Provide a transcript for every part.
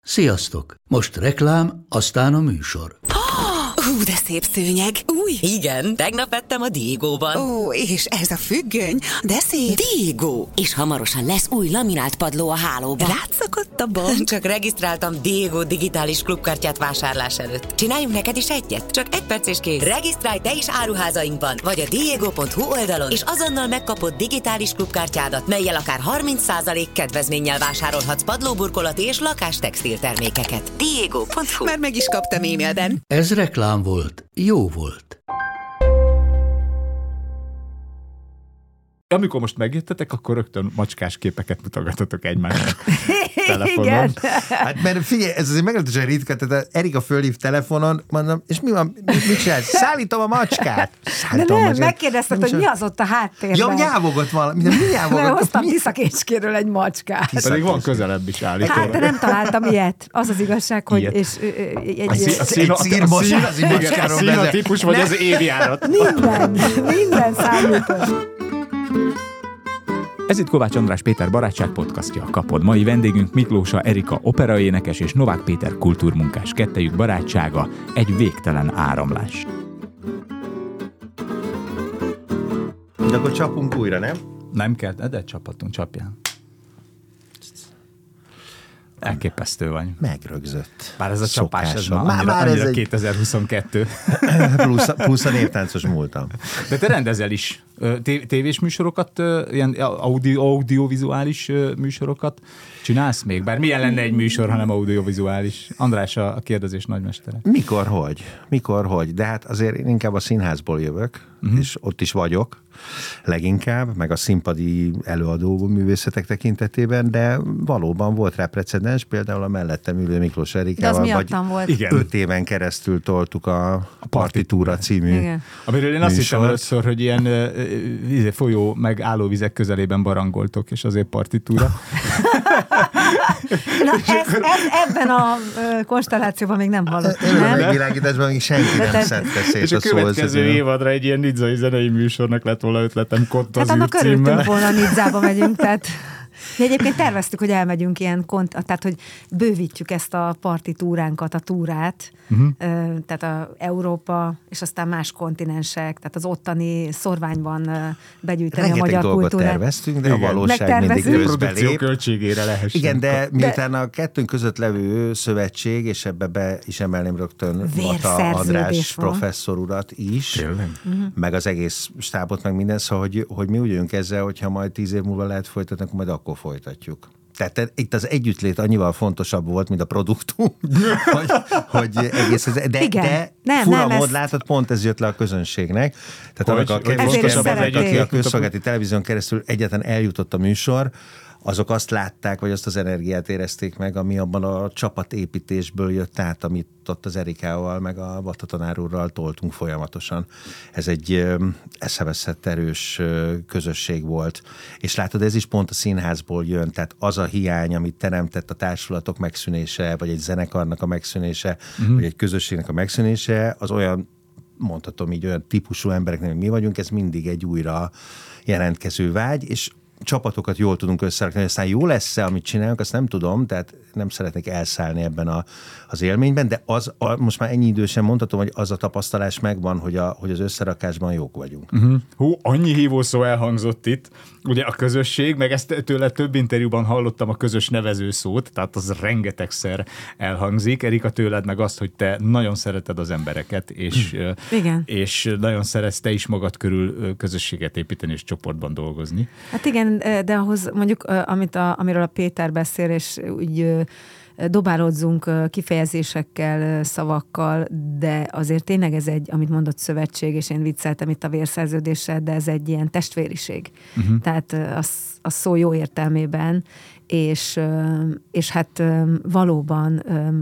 Sziasztok! Most reklám, aztán a műsor. Hú, de szép szőnyeg. Új? Igen, tegnap vettem a Diegóban. Ó, és ez a függöny, de szép. Diegó! És hamarosan lesz új laminált padló a hálóban. Rátszakadt a bank. Csak regisztráltam Diegó digitális klubkártyát vásárlás előtt. Csináljunk neked is egyet? Csak 1 perc és kész. Regisztrálj te is áruházainkban, vagy a diego.hu oldalon, és azonnal megkapod digitális klubkártyádat, mellyel akár 30% kedvezménnyel vásárolhatsz padlóburkolati és lakástextil termékeket. Diego.hu. Már meg is kaptam e-mailben. Ez reklám volt, jó volt. Amikor most megjöttetek, akkor rögtön macskás képeket mutogattatok egymásnak telefonon. Igen. Hát mert figyelj, ez azért meglehetősen ritka, tehát Erika fölhív telefonon, mondom, és mi van, mit csinálsz? Szállítom a macskát. Megkérdezted, hogy mi az ott a háttérben. Ja, nyávogott valami. Mi nyávogott? Mert hoztam Tiszakécskéről egy macskát. Pedig van közelebb is állítólag. Hát, de nem találtam ilyet. Az az igazság, hogy... Ilyet. És A szína típus, vagy az évjárat? Minden számított. Ez itt Kovács András Péter barátság podcastja, a Kapod. Mai vendégünk Miklósa Erika operaénekes és Novák Péter kultúrmunkás. Kettejük barátsága egy végtelen áramlás. De akkor csapunk újra, nem? Nem kell, de csaphatunk, csapjál. Elképesztő vagy. Megrögzött. Bár ez a csapás, ez már annyira ez 2022. plusz a névtáncos múltam. De te rendezel is tévés műsorokat, ilyen audiovizuális műsorokat csinálsz még? Bár milyen lenne egy műsor, hanem audiovizuális? András a kérdezés nagymestere. Mikor, hogy? De hát azért én inkább a színházból jövök, és ott is vagyok leginkább, meg a színpadi előadó művészetek tekintetében, de valóban volt rá precedens, például a mellettem ülő Miklós Erikával, vagy volt. 5 éven keresztül toltuk a Partitúra című Igen. Amiről én azt hittem először, hogy ilyen folyó meg állóvizek közelében barangoltok, és azért partitúra. Na, ebben a konstellációban még nem hallottam, A nem? megvilágításban még senki nem szedte szét És a következő évadra egy ilyen nidzai zenei műsornak lett volna ötletem, Kott az Hát annak űr címmel. örültünk volna, Nidzába megyünk, tehát... De egyébként terveztük, hogy elmegyünk ilyen, tehát hogy bővítjük ezt a partitúránkat, a túrát, tehát a Európa, és aztán más kontinensek, tehát az ottani szorványban begyűjteni a magyar kultúrát. Terveztünk, de a valóság mindig produkció közbelép. költségére lehessen. Igen, de miután a kettőnk között levő szövetség, és ebbe be is emelném rögtön Mata András professzor urat is, meg az egész stábot, meg minden, szóval, hogy mi úgy jönk ezzel, hogyha majd 10 év múlva lehet folytatni, akkor majd akkor folytatjuk. Tehát itt az együttlét annyival fontosabb volt, mint a produktum, hogy egész ez, de fura mód látod, pont ez jött le a közönségnek. Tehát annak a fontosabb, aki a közszolgálati televízión keresztül egyáltalán eljutott a műsor, azok azt látták, vagy azt az energiát érezték meg, ami abban a csapatépítésből jött át, amit ott az Erikával, meg a Vata tanár úrral toltunk folyamatosan. Ez egy eszeveszett erős közösség volt. És látod, ez is pont a színházból jön, tehát az a hiány, amit teremtett a társulatok megszűnése, vagy egy zenekarnak a megszűnése, vagy egy közösségnek a megszűnése, az olyan, mondhatom így, olyan típusú embereknek, mi vagyunk, ez mindig egy újra jelentkező vágy, és csapatokat jól tudunk összerakni, aztán jó lesz-e, amit csinálunk, azt nem tudom, tehát nem szeretnék elszállni ebben az élményben, de most már ennyi idősen mondhatom, hogy az a tapasztalás megvan, hogy az összerakásban jók vagyunk. Hú, annyi hívószó elhangzott itt, ugye a közösség, meg ezt tőle több interjúban hallottam a közös nevező szót, tehát az rengetegszer elhangzik. Erika, tőled meg azt, hogy te nagyon szereted az embereket, és nagyon szeretsz te is magad körül közösséget építeni és csoportban dolgozni. Hát igen, de ahhoz mondjuk, amiről a Péter beszél, és úgy dobálódzunk kifejezésekkel, szavakkal, de azért tényleg ez egy, amit mondott, szövetség, és én vicceltem itt a vérszerződéssel, de ez egy ilyen testvériség. Tehát a szó jó értelmében, és hát valóban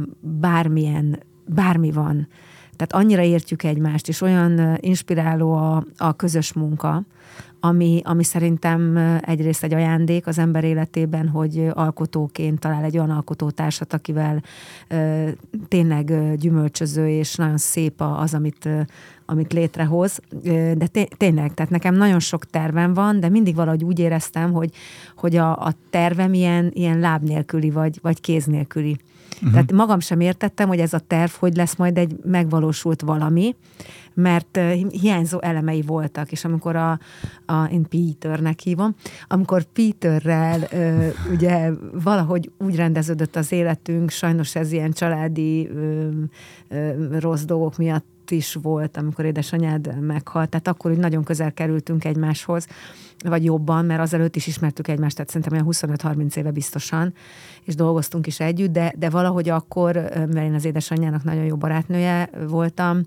bármi van. Tehát annyira értjük egymást, és olyan inspiráló a közös munka, ami szerintem egyrészt egy ajándék az ember életében, hogy alkotóként talál egy olyan alkotótársat, akivel tényleg gyümölcsöző, és nagyon szép az, amit létrehoz. De tényleg, tehát nekem nagyon sok tervem van, de mindig valahogy úgy éreztem, hogy a tervem ilyen láb nélküli, vagy kéz nélküli. Tehát magam sem értettem, hogy ez a terv, hogy lesz majd egy megvalósult valami, mert hiányzó elemei voltak, és amikor én Peternek hívom, amikor Peterrel ugye valahogy úgy rendeződött az életünk, sajnos ez ilyen családi rossz dolgok miatt is volt, amikor édesanyád meghalt, tehát akkor úgy nagyon közel kerültünk egymáshoz, vagy jobban, mert azelőtt is ismertük egymást, tehát szerintem olyan 25-30 éve biztosan, és dolgoztunk is együtt, de valahogy akkor, mert én az édesanyjának nagyon jó barátnője voltam,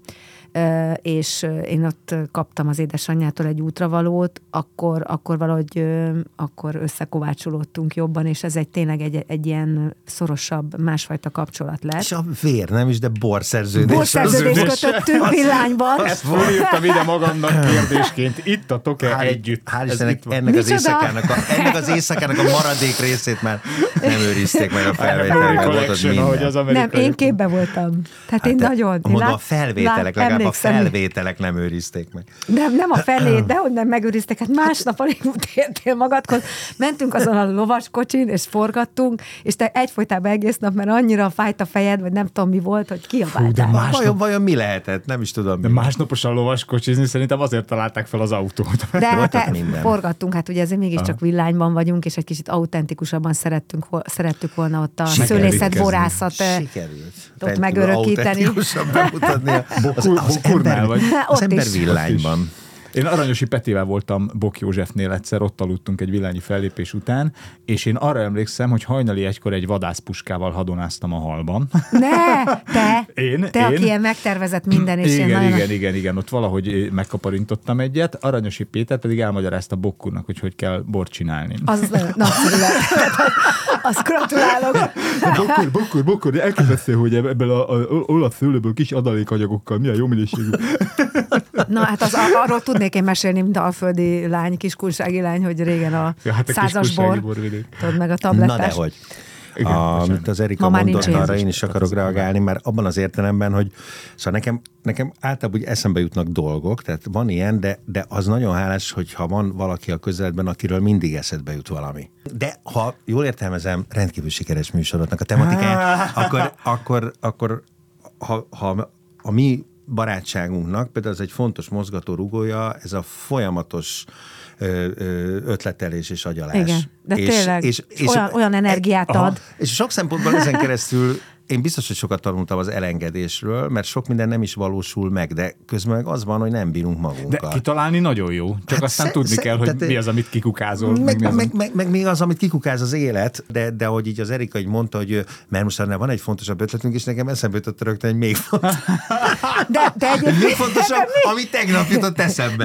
és én ott kaptam az édesanyjától egy útravalót, akkor valahogy akkor összekovácsolódtunk jobban, és ez tényleg egy ilyen szorosabb, másfajta kapcsolat lett. És a vér nem is, de borszerződés. Borszerződést kötöttünk Villányban. Ezt fölírtam ide magamnak kérdésként. Ittatok-e együtt? Hál' Istennek ennek az éjszakának a maradék részét már nem őrizték meg a felvételben. Nem, én képbe voltam. Tehát én nagyon... Mondom, a felvételek, legalább a felvételek nem őrizték meg. Nem a felét, dehogy nem megőrizték. Hát másnap alig tértél magadhoz. Mentünk azon a lovaskocsin, és forgattunk, és te egyfolytában egész nap, mert annyira fájt a fejed, vagy nem tudom mi volt, hogy kiabáltál. Vajon mi lehetett? Nem is tudom. De másnaposan lovaskocsizni szerintem azért találták fel az autót. De hát forgattunk, hát ugye ezért mégiscsak Villányban vagyunk, és egy kicsit autentikusabban szerettük volna ott a szőlészet-borászat ott megörökíteni. Bemutatni az ember Villányban. Én Aranyosi Petivel voltam Bok Józsefnél egyszer, ott aludtunk egy villányi fellépés után, és én arra emlékszem, hogy hajnali egykor egy vadászpuskával hadonáztam a halban. Ne, te! Én? Aki ilyen megtervezett minden, és igen, ott valahogy megkaparintottam egyet, Aranyosi Péter pedig elmagyarázta Bok úrnak, hogy kell bort csinálni. Az nagyszerű lett. Azt gratulálok. Bok úr, elképesztő, hogy ebből az olasz szőlőből kis adalékanyagokkal milyen jó minőségű. Na hát arról tudnék én mesélni, mint alföldi lány, kiskunsági lány, hogy régen a százas bor, tudod meg a tablettás. Na dehogy. Amit az Erika mondott, arra én is akarok reagálni, mert abban az értelemben, hogy szóval nekem általában úgy eszembe jutnak dolgok, tehát van ilyen, de az nagyon hálás, hogyha van valaki a közeledben, akiről mindig eszedbe jut valami. De ha jól értelmezem, rendkívül sikeres műsorotnak a tematikája, akkor ha a mi barátságunknak, például ez egy fontos mozgatórugója, ez a folyamatos ötletelés és agyalás. Igen, de tényleg olyan energiát ad. És sok szempontból ezen keresztül én biztos, hogy sokat tanultam az elengedésről, mert sok minden nem is valósul meg, de közben meg az van, hogy nem bírunk magunkkal. De kitalálni nagyon jó, csak hát aztán tudni kell, hogy mi az, amit kikukázol. Meg mi az, amit kikukáz az élet, de hogy így az Erika így mondta, hogy mert most van egy fontosabb ötletünk, és nekem eszembe jutott rögtön, hogy még fontosabb. De még fontosabb, ami tegnap jutott eszembe.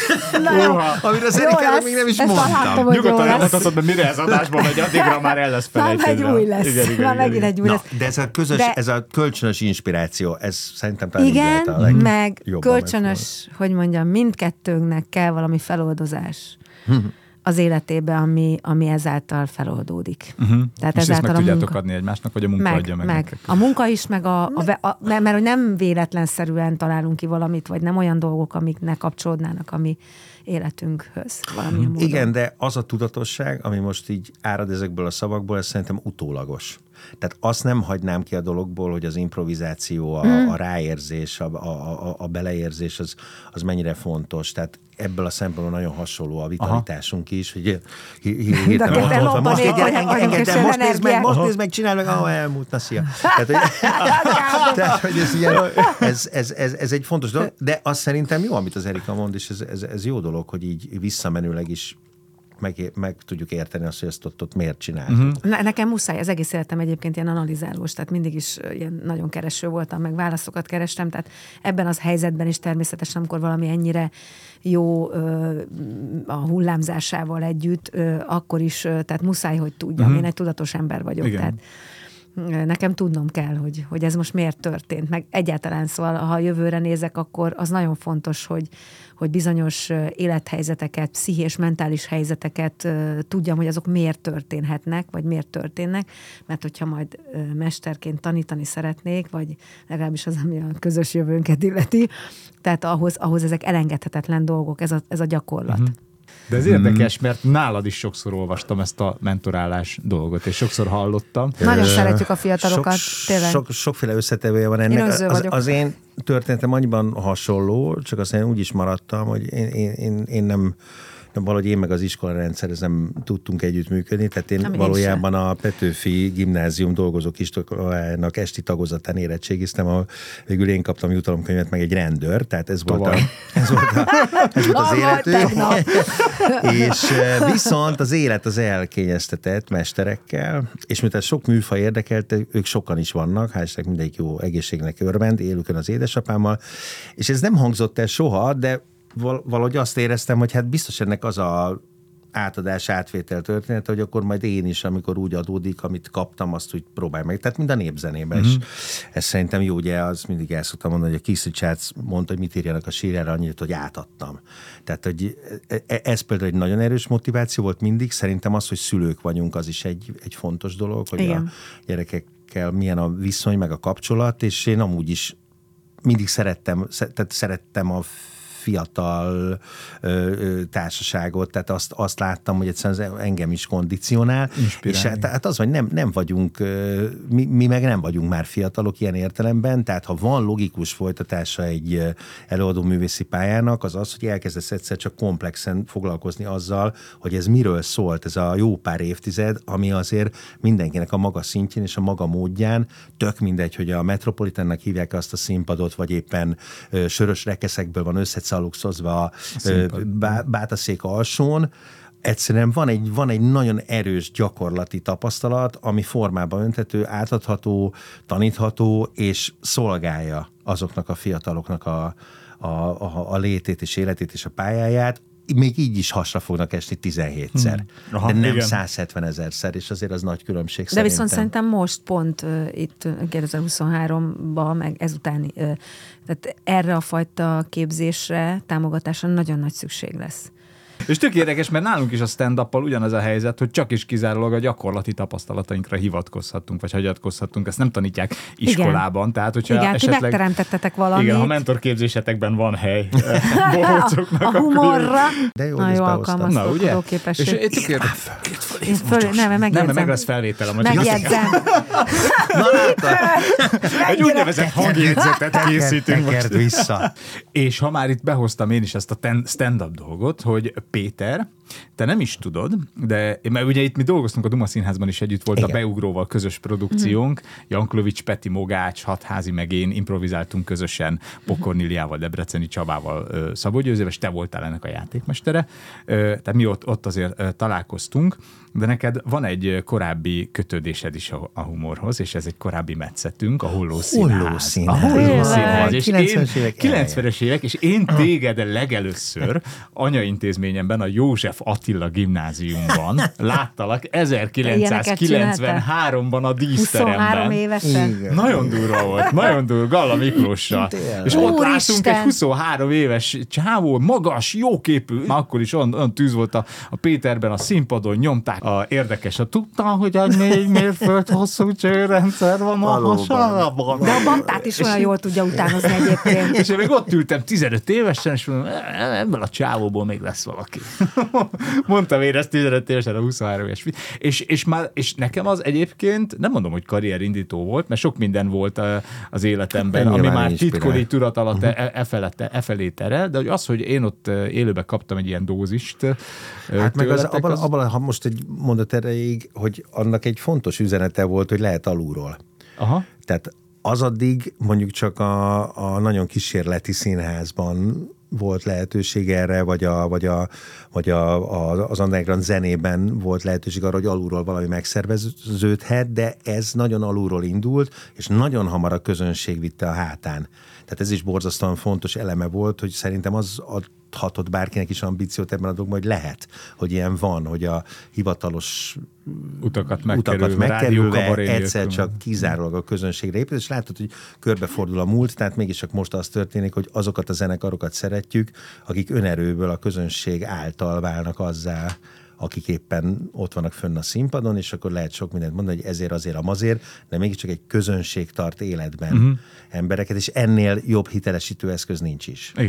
Amire az Erikának még nem is mondtam. Nyugodtan elmondhatod, mert mire ez adásban megy, addigra már el lesz felejtődve. Már egy új lesz. Már megint egy új lesz. De ez a kölcsönös inspiráció, ez szerintem talán igen, meg kölcsönös, hogy mondjam, mindkettőnknek kell valami feloldozás az életébe, ami ezáltal feloldódik. Tehát és ezt meg tudjátok adni egymásnak, vagy a munka adja meg? A munka is, mert hogy nem véletlenszerűen találunk ki valamit, vagy nem olyan dolgok, amik ne kapcsolódnának a mi életünkhöz valamilyen módon. Igen, de az a tudatosság, ami most így árad ezekből a szavakból, ez szerintem utólagos. Tehát azt nem hagynám ki a dologból, hogy az improvizáció, a ráérzés, a beleérzés, az mennyire fontos. Tehát ebből a szempontból nagyon hasonló a vitalitásunk is, hogy most nézd meg, csinálj meg, elmúlt, na szia. Tehát, hogy ez egy fontos dolog, de az szerintem jó, amit az Erika mond, és ez jó dolog, hogy így visszamenőleg is meg tudjuk érteni azt, hogy ezt ott miért csináltuk. Nekem muszáj, az egész életem egyébként ilyen analizálós, tehát mindig is ilyen nagyon kereső voltam, meg válaszokat kerestem, tehát ebben az helyzetben is természetesen, amikor valami ennyire jó a hullámzásával együtt, akkor is, tehát muszáj, hogy tudjam. Én egy tudatos ember vagyok, igen. Tehát nekem tudnom kell, hogy ez most miért történt, meg egyáltalán szóval, ha a jövőre nézek, akkor az nagyon fontos, hogy bizonyos élethelyzeteket, pszichés, mentális helyzeteket tudjam, hogy azok miért történhetnek, vagy miért történnek, mert hogyha majd mesterként tanítani szeretnék, vagy legalábbis az, ami a közös jövőnket illeti, tehát ahhoz ezek elengedhetetlen dolgok, ez a gyakorlat. De ez érdekes, mert nálad is sokszor olvastam ezt a mentorálás dolgot, és sokszor hallottam. Nagyon szeretjük a fiatalokat, tényleg. Sokféle összetevője van ennek. Az én történetem annyiban hasonló, csak azt én úgy is maradtam, hogy én nem valahogy én meg az iskolarendszer nem tudtunk együttműködni, tehát én valójában a Petőfi Gimnázium dolgozók iskolájának esti tagozatán érettségiztem, ahol végül én kaptam jutalomkönyvet, meg egy rendőr, tehát ez volt az életünk. És viszont az élet az elkényeztetett mesterekkel, és miután sok műfaj érdekelte, ők sokan is vannak, hál' Istennek mindegyik jó egészségnek örvend, élükön az édesapámmal, és ez nem hangzott el soha, de valahogy azt éreztem, hogy hát biztos ennek az a átadás, átvétel történet, hogy akkor majd én is, amikor úgy adódik, amit kaptam, azt úgy próbálj meg. Tehát mind a népzenében. És ez szerintem jó, ugye, az mindig el szoktam mondani, hogy a Kiszricsác mondta, hogy mit írjanak a sírjára, annyit, hogy átadtam. Tehát, hogy ez például egy nagyon erős motiváció volt mindig. Szerintem az, hogy szülők vagyunk, az is egy fontos dolog, hogy igen, a gyerekekkel milyen a viszony, meg a kapcsolat, és én amúgy is mindig szerettem a fiatal társaságot, tehát azt láttam, hogy egyszerűen engem is kondicionál, és tehát az, hogy nem vagyunk, mi meg nem vagyunk már fiatalok ilyen értelemben, tehát ha van logikus folytatása egy előadó művészi pályának, az az, hogy elkezdesz egyszer csak komplexen foglalkozni azzal, hogy ez miről szólt, ez a jó pár évtized, ami azért mindenkinek a maga szintjén és a maga módján, tök mindegy, hogy a Metropolitannak hívják azt a színpadot, vagy éppen sörös rekeszekből van összecaluxozva a bátaszék alsón. Egyszerűen van egy nagyon erős gyakorlati tapasztalat, ami formában öntető, átadható, tanítható, és szolgálja azoknak a fiataloknak a létét és életét és a pályáját. Még így is hasra fognak esni 17-szer. De nem igen. 170 000-szer, és azért az nagy különbség de szerintem. Viszont szerintem most pont itt 2023-ban, meg ezután, tehát erre a fajta képzésre, támogatásra nagyon nagy szükség lesz. És tök érdekes, mert nálunk is a stand-uppal ugyanaz a helyzet, hogy csak is kizárólag a gyakorlati tapasztalatainkra hivatkozhatunk, vagy hagyatkozhatunk. Ezt nem tanítják iskolában. Igen. Tehát, hogyha igen, esetleg, ti megteremtettetek valamit. Igen, ha mentorképzésetekben van hely bohócoknak. A humorra. De jó, nagyon alkalmazkodó képesség. És tök érdekes. Nem, meg lesz felvételem. Megjegyzem. Egy úgynevezett hangjegyzetet készítünk most. Vissza. És ha már itt behoztam én is ezt a stand-up dolgot, hogy Péter, te nem is tudod, de mert ugye itt mi dolgoztunk a Duma Színházban is együtt, volt igen. A Beugróval közös produkciónk, Jankovics, Peti Mogács, Hatházi meg én improvizáltunk közösen Pokorniliával, Debreceni Csabával, Szabó Győzővel, és te voltál ennek a játékmestere. Tehát mi ott azért találkoztunk, de neked van egy korábbi kötődésed is a humorhoz, és ez egy korábbi metszetünk, a Holló Színház. A Holló Színház. És 90-es évek, és én téged legelőször anyaintézményemben a József Attila gimnáziumban láttalak 1993-ban a díszteremben. 23 évesen. Nagyon durva volt, nagyon durva, Galla Miklóssal. És ott láttunk egy 23 éves csávó, magas, jóképű, már akkor is olyan tűz volt a Péterben, a színpadon nyomták. Érdekes, tudta, hogy egy 4 mérföld hosszú csőrendszer van a hasonlóban. De a Bantát is olyan jól tudja utánozni egyébként. És én még ott ültem 15 évesen, és mondom, ebből a csávóból még lesz valaki. Mondtam én ezt 15 évesen, a 23 éves. És nekem az egyébként, nem mondom, hogy karrierindító volt, mert sok minden volt az életemben, ami már titkori tudat alatt e felé terel, de hogy az, hogy én ott élőben kaptam egy ilyen dózist. Hát meg abban, ha most egy mondat erejéig, hogy annak egy fontos üzenete volt, hogy lehet alulról. Aha. Tehát az addig mondjuk csak a nagyon kísérleti színházban volt lehetőség erre, vagy az underground zenében volt lehetőség arra, hogy alulról valami megszerveződhet, de ez nagyon alulról indult, és nagyon hamar a közönség vitte a hátán. Tehát ez is borzasztóan fontos eleme volt, hogy szerintem az adhatott bárkinek is ambíciót ebben a dolgban, hogy lehet, hogy ilyen van, hogy a hivatalos utakat megkerülve egyszer csak kizárólag a közönségre épül, és látod, hogy körbefordul a múlt, tehát mégis csak most az történik, hogy azokat a zenekarokat szeretjük, akik önerőből a közönség által válnak azzá, akik éppen ott vannak fönn a színpadon, és akkor lehet sok mindent mondani, hogy ezért, azért, amazért, de mégiscsak egy közönség tart életben embereket, és ennél jobb hitelesítő eszköz nincs is. Igen.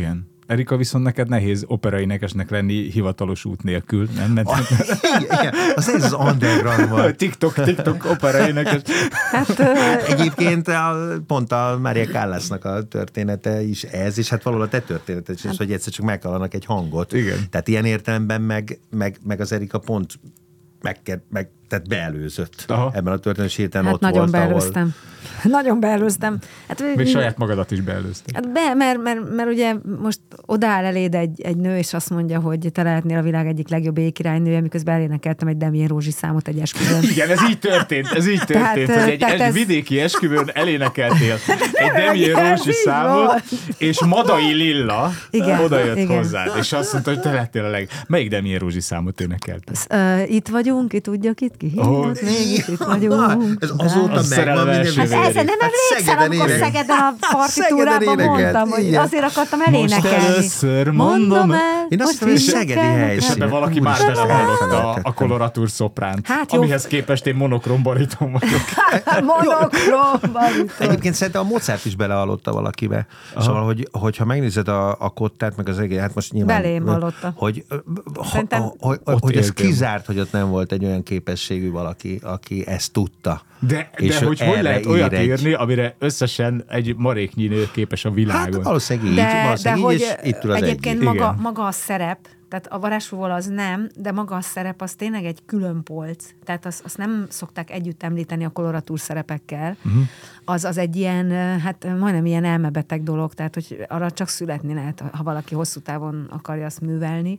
Erika, viszont neked nehéz operaénekesnek lenni hivatalos út nélkül, nem? Igen, az underground van. TikTok operaénekes. Hát egyébként pont a Mária Callasnak a története is ez, és hát valahol a te történeted is, hogy egyszer csak meghallanak egy hangot. Igen. Tehát ilyen értelemben meg az Erika pont tehát beelőzött. Aha. Ebben a történet héten hát ott nagyon volt, beelőztem. Nagyon beelőztem. Hát, még saját magadat is beelőztem. Hát mert ugye most odaáll eléd egy nő, és azt mondja, hogy te lehetnél a világ egyik legjobb éjkirálynője, miközben elénekeltem egy Damien Rózsi számot egy esküvőn. Igen, ez így történt, hogy egy vidéki esküvőn elénekeltél egy Damien Rózsi számot, és Madai Lilla odajött hozzád, és azt mondta, hogy te lettél melyik Damien Rózsi számot énekeltél? Itt vagyunk, ki tudja, ki hívott, mégis itt vagyunk. Ez azóta megvan minden. Nem emlékszel, amikor Szegeden a partitúrában mondtam, hogy azért akartam elénekelni. Most először mondom el. Én azt mondom, hogy szegedi helyszín. Ebben valaki már belehallotta a koloratúr szopránt, amihez képest én monokrom bariton vagyok. Monokrom bariton. Egyébként szerintem a Mozart is belehallotta valakibe. Szóval, hogyha megnézed a kottát, meg az egész, hát most nyilván... Belém hallotta. Hogy ez kizárt, hogy ott nem volt egy olyan képességű valaki, aki ezt tudta. De hogy lehet olyat írni, amire összesen egy maréknyi nő képes a világon? Hát valószínűleg így, és itt ül az egyébként maga a szerep, tehát a varázsfúvól az nem, de maga a szerep az tényleg egy külön polc. Tehát azt nem szokták együtt említeni a koloratúr szerepekkel. Az egy ilyen, hát majdnem ilyen elmebeteg dolog, tehát hogy arra csak születni lehet, ha valaki hosszú távon akarja azt művelni.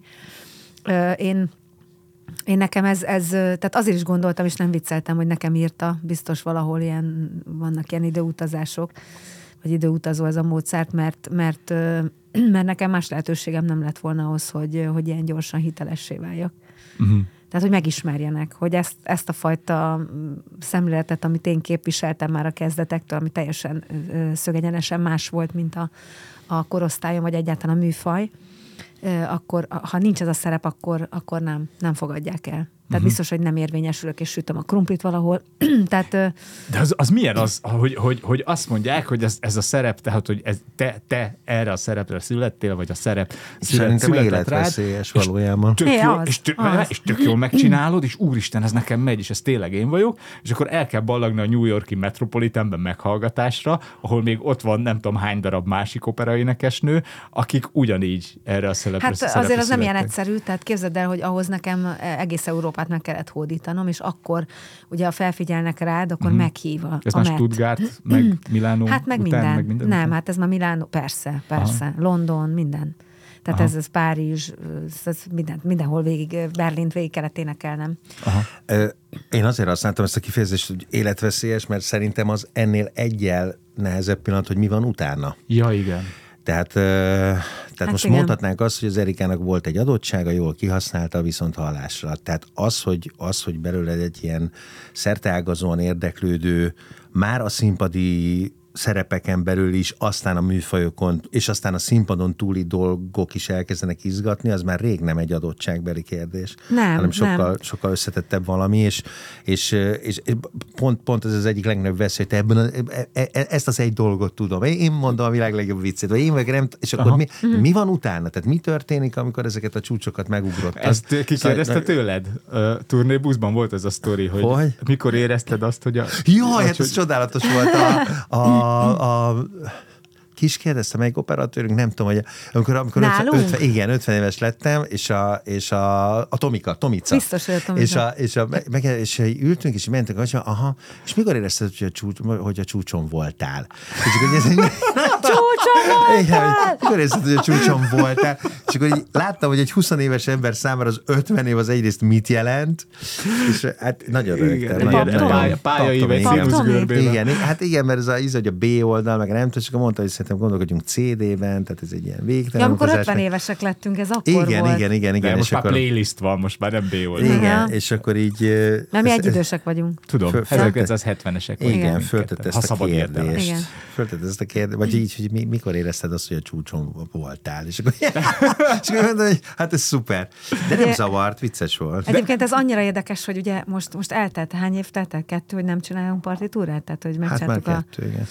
Én nekem ez, tehát azért is gondoltam, és nem vicceltem, hogy nekem írta, biztos valahol vannak ilyen időutazások, vagy időutazó ez a Mozart, mert nekem más lehetőségem nem lett volna ahhoz, hogy ilyen gyorsan hitelessé váljak. Tehát, hogy megismerjenek, hogy ezt a fajta szemléletet, amit én képviseltem már a kezdetektől, ami teljesen szögegyenesen más volt, mint a korosztályom, vagy egyáltalán a műfaj, akkor, ha nincs ez a szerep, akkor nem fogadják el. Tehát biztos, hogy nem érvényesülök, és sütöm a krumplit valahol. Tehát, de az milyen az, hogy azt mondják, hogy ez a szerep, tehát, hogy te erre a szerepre születtél, vagy a szerep szerintem életveszélyes valójában. És tök jól megcsinálod, és úristen, ez nekem megy, és ez tényleg én vagyok, és akkor el kell ballagni a New York-i Metropolitanben meghallgatásra, ahol még ott van nem tudom hány darab másik operaénekesnő, akik ugyanígy erre a szerepre Hát azért az nem ilyen egyszerű, tehát képzeld el, hogy ahhoz nekem egész Európát meg kellett hódítanom, és akkor ugye, ha felfigyelnek rád, akkor meghív a Ez már Stuttgart, meg Milánó hát meg után, minden. Nem, után? Hát ez már Milánó, persze. Aha. London, minden. Tehát ez Párizs, ez mindenhol Berlint végig kellett énekelnem. Én azért használtam ezt a kifejezést, hogy életveszélyes, mert szerintem az ennél egyel nehezebb pillanat, hogy mi van utána. Ja, igen. Tehát most igen. Mondhatnánk azt, hogy az Erikának volt egy adottsága, jól kihasználta, viszont hallásra. Tehát az, hogy belőle egy ilyen szerteágazóan érdeklődő, már a színpadi szerepeken belül is, aztán a műfajokon, és aztán a színpadon túli dolgok is elkezdenek izgatni, az már rég nem egy adottságbeli kérdés, hanem sokkal összetettebb valami, és pont ez az egyik legnagyobb veszély, hogy ezt az egy dolgot tudom. Én mondom a világ legjobb viccét, vagy én meg nem, és akkor mi van utána? Tehát mi történik, amikor ezeket a csúcsokat megugrott? Ezt kikérdezte tőled? Turnébuszban volt ez a sztori, hogy mikor érezted azt, hogy Jaj, hát ez csodálatos volt ki is kérdezte, melyik operatőrünk, nem tudom, hogy amikor 50 éves lettem, és a Tomica. Biztos, hogy a Tomica. És ültünk, és mentünk, és mikor érezted, hogy a csúcson voltál? Mikor érezted, hogy a csúcson voltál? És akkor így láttam, hogy egy 20 éves ember számára az 50 év az egyrészt mit jelent, és hát nagyon rögtem. Pályaévet színuszgörbében. Igen, hát igen, mert ez hogy a B oldal, meg nem tudom, és akkor mondta, hogy szerintem gondolkodjunk CD-ben, tehát ez egy ilyen végtelen. Amikor 50 évesek lettünk, ez akkor volt. Igen. De most már playlist van, most már nem B oldal. Igen, és akkor így... Nem, mi egyidősek vagyunk. Tudom, 1970-esek. Igen, föltett ezt a kérdést. Vagy így, hogy mikor érezted azt, hogy a csúcson voltál? És akkor mondta, hogy hát ez szuper. De nem zavart, vicces volt. Egyébként ez annyira érdekes, hogy ugye most eltelt, hány év telt? 2, hogy nem csinálunk partitúrát? Tehát, hogy megcsináltuk hát már 2, igen.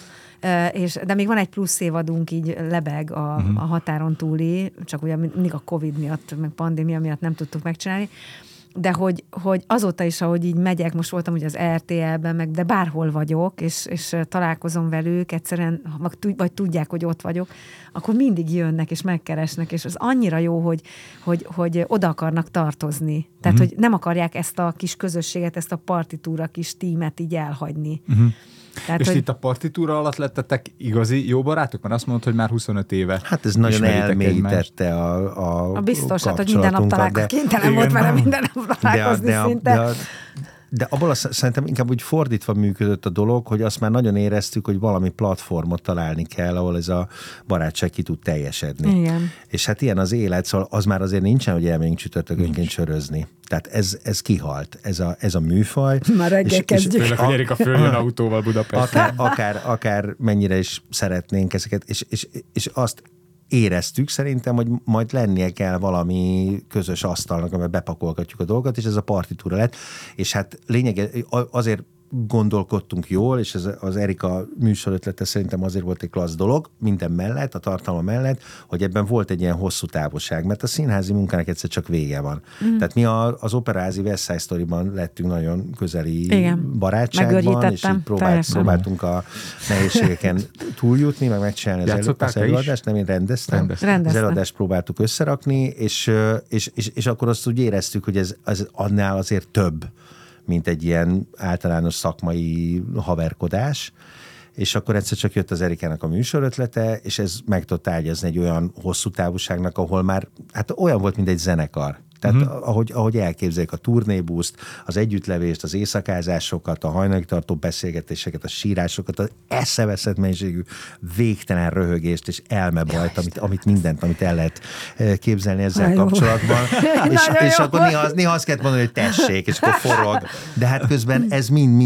De még van egy plusz évadunk, így lebeg a határon túli, csak ugye mindig a Covid miatt, meg pandémia miatt nem tudtuk megcsinálni, de hogy azóta is, ahogy így megyek, most voltam ugye az RTL-ben, de bárhol vagyok, és találkozom velük, egyszerűen, vagy tudják, hogy ott vagyok, akkor mindig jönnek, és megkeresnek, és az annyira jó, hogy oda akarnak tartozni. Tehát, hogy nem akarják ezt a kis közösséget, ezt a partitúra kis tímet így elhagyni. Tehát, és itt a partitúra alatt lettetek igazi jó barátok? Mert azt mondod, hogy már 25 éve. Hát ez nagyon elmélyítette a biztos, hát, hogy minden nap találkozni. Kénytelen volt vele minden nap találkozni szinte. De abból szerintem inkább úgy fordítva működött a dolog, hogy azt már nagyon éreztük, hogy valami platformot találni kell, ahol ez a barátság ki tud teljesedni. Igen. És hát ilyen az élet, szóval az már azért nincsen, hogy elmegyünk csütörtökönként sörözni. Tehát ez kihalt, ez a műfaj. Már reggel kezdjük. Főleg, hogy Erika följön autóval Budapesten. Akár mennyire is szeretnénk ezeket, és azt éreztük szerintem, hogy majd lennie kell valami közös asztalnak, amiben bepakolgatjuk a dolgokat, és ez a partitúra lett. És hát lényeg, azért gondolkodtunk jól, és ez az Erika műsor ötlete szerintem azért volt egy klassz dolog, minden mellett, a tartalma mellett, hogy ebben volt egy ilyen hosszú távolság, mert a színházi munkának egyszer csak vége van. Tehát mi az Operaházi West Side Story-ban lettünk nagyon közeli barátságban, és így próbáltunk a nehézségeken túljutni, meg megcsinálni az előadást, nem én rendeztem. Az előadást próbáltuk összerakni, és akkor azt úgy éreztük, hogy ez annál azért több, mint egy ilyen általános szakmai haverkodás, és akkor egyszer csak jött az Erikának a műsor ötlete, és ez meg tudott ágyazni egy olyan hosszú távolságnak, ahol már, hát olyan volt, mint egy zenekar. Tehát ahogy elképzeljük a turnébuszt, az együttlevést, az éjszakázásokat, a hajnalig tartó beszélgetéseket, a sírásokat, az eszeveszett mennyiségű végtelen röhögést és elmebajt, amit el lehet képzelni ezzel kapcsolatban. És akkor néha azt kellett mondani, hogy tessék, és akkor forog. De hát közben ez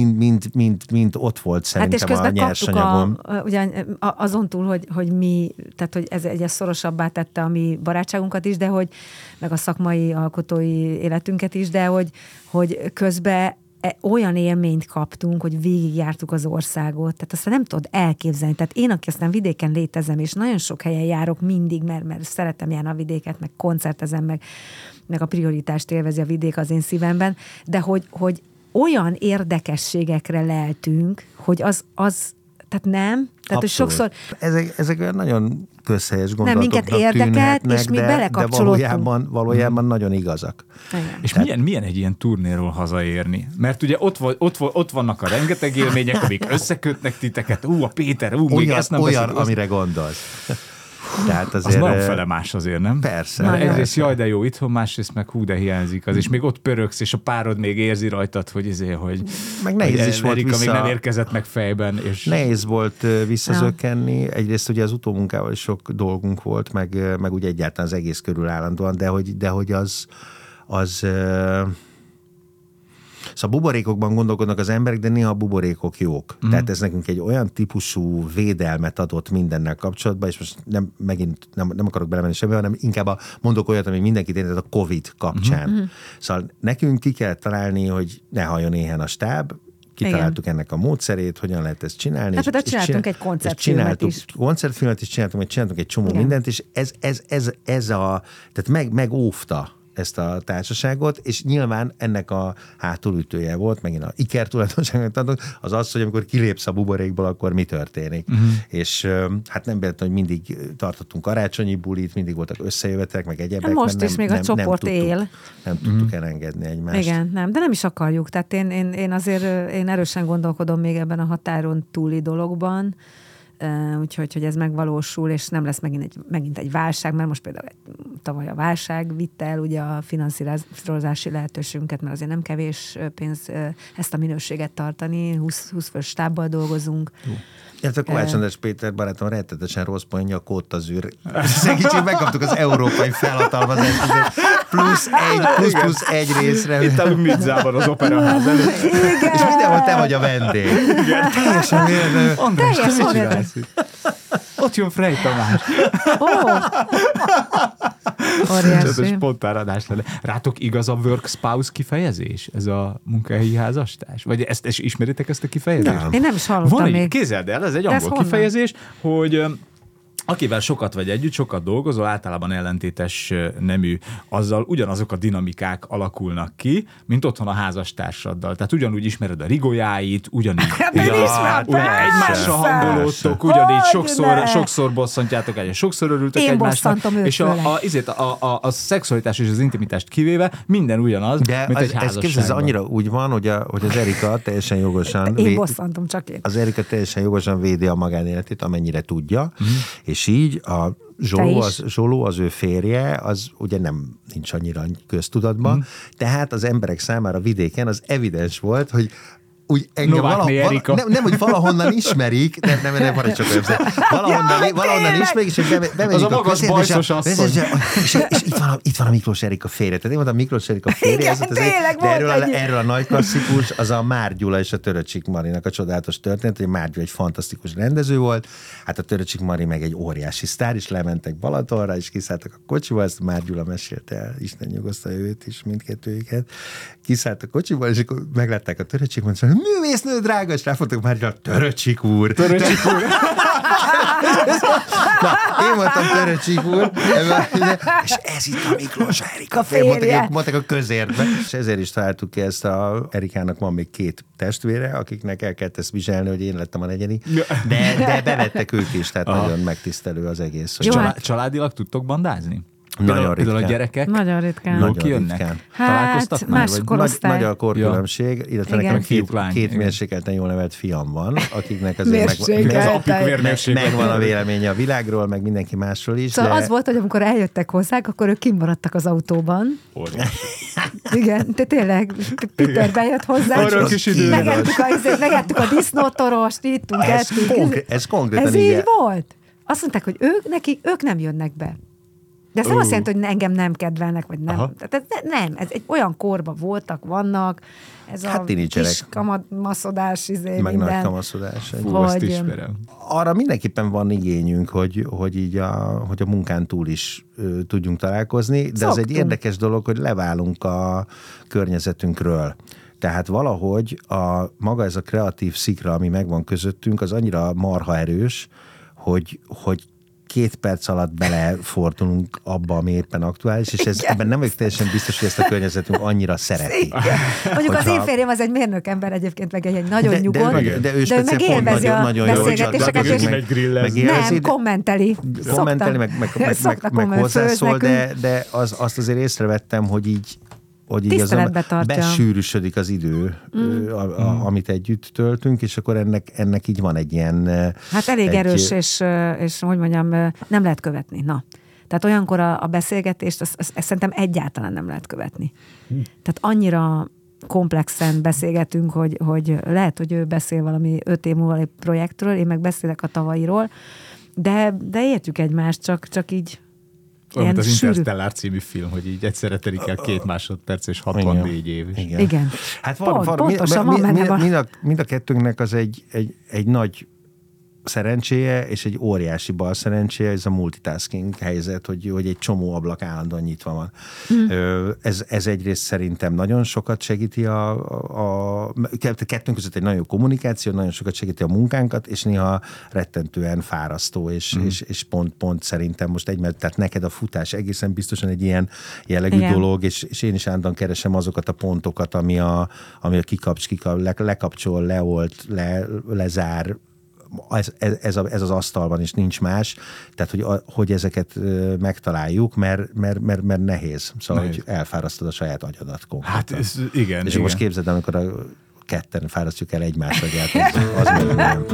mind ott volt szerintem a nyersanyagon. Ugyan azon túl, hogy mi, tehát hogy ez egyes szorosabbá tette a mi barátságunkat is, de hogy meg a szakmai alkotói életünket is, de hogy közben olyan élményt kaptunk, hogy végigjártuk az országot, tehát azt nem tudod elképzelni. Tehát én, aki aztán vidéken létezem, és nagyon sok helyen járok mindig, mert szeretem járni a vidéket, meg koncertezem, meg a prioritást élvezi a vidék az én szívemben, de hogy olyan érdekességekre leltünk, hogy az tehát nem. Tehát, hogy sokszor... Ezek olyan nagyon közhelyes gondolatoknak minket érdekelt, és mi belekapcsolódtunk. De valójában nagyon igazak. Igen. És milyen egy ilyen turnéról hazaérni? Mert ugye ott vannak a rengeteg élmények, amik összekötnek titeket. A Péter, még ezt nem olyan, amire gondolsz. Tehát azért, az nagyon fele más azért, nem? Persze. Mert egyrészt jaj, de jó itthon, másrészt meg hú, de hiányzik az, és még ott pörögsz, és a párod még érzi rajtad, hogy meg nehéz is volt Erika még nem érkezett meg fejben. És... Nehéz volt visszazökkenni. Egyrészt ugye az utómunkával is sok dolgunk volt, meg ugye egyáltalán az egész körül állandóan, de hogy az szóval buborékokban gondolkodnak az emberek, de néha a buborékok jók. Tehát ez nekünk egy olyan típusú védelmet adott mindennel kapcsolatban, és most nem akarok belemenni semmi, hanem inkább mondok olyat, ami mindenkit érintett a Covid kapcsán. Szóval nekünk ki kell találni, hogy ne halljon éhen a stáb, kitaláltuk ennek a módszerét, hogyan lehet ezt csinálni. Hát csináltunk egy koncertfilmet is. Koncertfilmet is csináltunk egy csomó mindent, és tehát megóvta ezt a társaságot, és nyilván ennek a hátulütője volt, megint a ikertulajdonságnak adott, az, hogy amikor kilépsz a buborékból, akkor mi történik. És hát nem véletlenül, hogy mindig tartottunk karácsonyi bulit, mindig voltak összejövetek, meg egyebek. Most is még a csoport él. Nem tudtuk elengedni egymást. Igen, nem, de nem is akarjuk. Tehát én azért erősen gondolkodom még ebben a határon túli dologban, úgyhogy hogy ez megvalósul, és nem lesz megint egy válság, mert most például tavaly a válság vitte el ugye a finanszírozási lehetőségünket, mert azért nem kevés pénz ezt a minőséget tartani, 20 fős stábbal dolgozunk. Hát a Kovács András Péter barátom rettetesen rossz poénja a Côte d'Azur. Segítség, megkaptuk az európai felhatalmazást, plusz egy részre. Itt állunk Nizzában az Operaház előtt. És mindenhol te vagy a vendég. Teljesen Teljesen Ott jön Frey Tamás. Óriási. Ez spontán adás lenne. Rátok igaz a work spouse kifejezés? Ez a munkahelyi házastárs? Vagy ezt ismeritek ezt a kifejezést? Én nem is hallottam Van még. Képzeld el, ez egy angol kifejezés, hogy akivel sokat vagy együtt, sokat dolgozol, általában ellentétes nemű, azzal ugyanazok a dinamikák alakulnak ki, mint otthon a házastársaddal. Tehát ugyanúgy ismered a rigójáit, ugyanígy egymással hangolódtok, ugyanígy sokszor bosszantjátok egyet, sokszor örültök egymásnak. És a szexualitás és az intimitást kivéve minden ugyanaz, de mint egy házasságban. Ez annyira úgy van, hogy az Erika teljesen jogosan... Én bosszantom csak én. Az Erika teljesen jogosan védi a magánéletét, amennyire tudja, és így a Zsoló, az ő férje, az ugye nincs annyira köztudatban, tehát az emberek számára vidéken az evidens volt, hogy úgy engem nem, hogy valahonnan ismerik, nem van egy csak öbszer. Valahonnan ismerik, és bemegyik a magas bajszos asszony. És itt van a Miklós Erika férje. Tehát én mondtam, Miklós Erika férje, de erről a nagy klasszikus, az a Már Gyula és a Töröcsik Marinak a csodálatos történet, hogy Már Gyula egy fantasztikus rendező volt, hát a Töröcsik Mari meg egy óriási sztár, és lementek Balatonra, és kiszálltak a kocsiba, ezt Már Gyula mesélte el, Isten nyugosztalja őt is, mindkettőjüket. Kiszállt a kocsiba, és akkor meglátták a Töröcsik, mondták, művésznő drága, és ráfogtak már, hogy Töröcsik úr. Töröcsik úr. Na, én voltam Töröcsik úr, és ez itt a Miklós Erika férje. Mondták a közértbe. És ezért is találtuk ki ezt a Erikának van még 2 testvére, akiknek el kellett ezt viselni, hogy én lettem a 4. De bevettek ők is, tehát nagyon megtisztelő az egész. Családilag tudtok bandázni? Nagyon ritkán. A gyerekek nagyon ritkán. Jól kijönnek? Hát, más korosztály. Nagy a korkülönbség, illetve nekem két mérsékelten jól nevelt fiam van, akiknek azért megvan a véleménye a világról, meg mindenki másról is. Szóval az volt, hogy amikor eljöttek hozzák, akkor ők kimaradtak az autóban. Igen, de tényleg Peter bejött hozzá, megettük a disznótorost, ittunk, ettünk. Ez konkrétan ez így volt. Azt mondták, hogy ők nem jönnek be. De ez nem azt jelenti, hogy engem nem kedvelnek, vagy nem. Tehát nem, ez egy olyan korban vannak, ez a kis kamaszodás, meg minden. nagy kamaszodás. Ezt ismerem. Arra mindenképpen van igényünk, hogy így hogy a munkán túl is tudjunk találkozni, de Szoktunk. Ez egy érdekes dolog, hogy leválunk a környezetünkről. Tehát valahogy maga ez a kreatív szikra, ami megvan közöttünk, az annyira marha erős, hogy 2 perc alatt belefordulunk abba, ami éppen aktuális, és ebben nem vagyok teljesen biztos, hogy ezt a környezetünk annyira szereti. Mondjuk az én férjem az egy mérnök ember egyébként, meg egy nagyon nyugodt, de ő meg élvezi a beszélgetéseket, és nem, kommenteli, meg hozzászól, de azt azért észrevettem, hogy így besűrűsödik az idő, amit együtt töltünk, és akkor ennek így van egy ilyen... Hát elég erős, és hogy mondjam, nem lehet követni. Na. Tehát olyankor a beszélgetést, ezt szerintem egyáltalán nem lehet követni. Tehát annyira komplexen beszélgetünk, hogy lehet, hogy ő beszél valami 5 év múlva egy projektről, én meg beszélek a tavalyiról, de értjük egymást, csak így olyan, mint az Interstellar című film, hogy így egyszerre telik el 2 másodperc és 64 év. Igen. Hát pontosan van benne. Mind a kettőnknek az egy nagy szerencséje, és egy óriási bal szerencséje, ez a multitasking helyzet, hogy egy csomó ablak állandóan nyitva van. Ez egyrészt szerintem nagyon sokat segíti a kettőnk között egy nagyon jó kommunikáció, nagyon sokat segíti a munkánkat, és néha rettentően fárasztó, és pont szerintem most tehát neked a futás egészen biztosan egy ilyen jellegű dolog, és én is állandóan keresem azokat a pontokat, ami a lekapcsol, leolt, lezár, ez az asztalban is nincs más, tehát hogy ezeket megtaláljuk, mert nehéz. Szóval, hogy elfárasztod a saját agyadat konkrétan. Hát ez, igen. És most képzeld, amikor ketten fárasztjuk el egymás agyát, az még nem.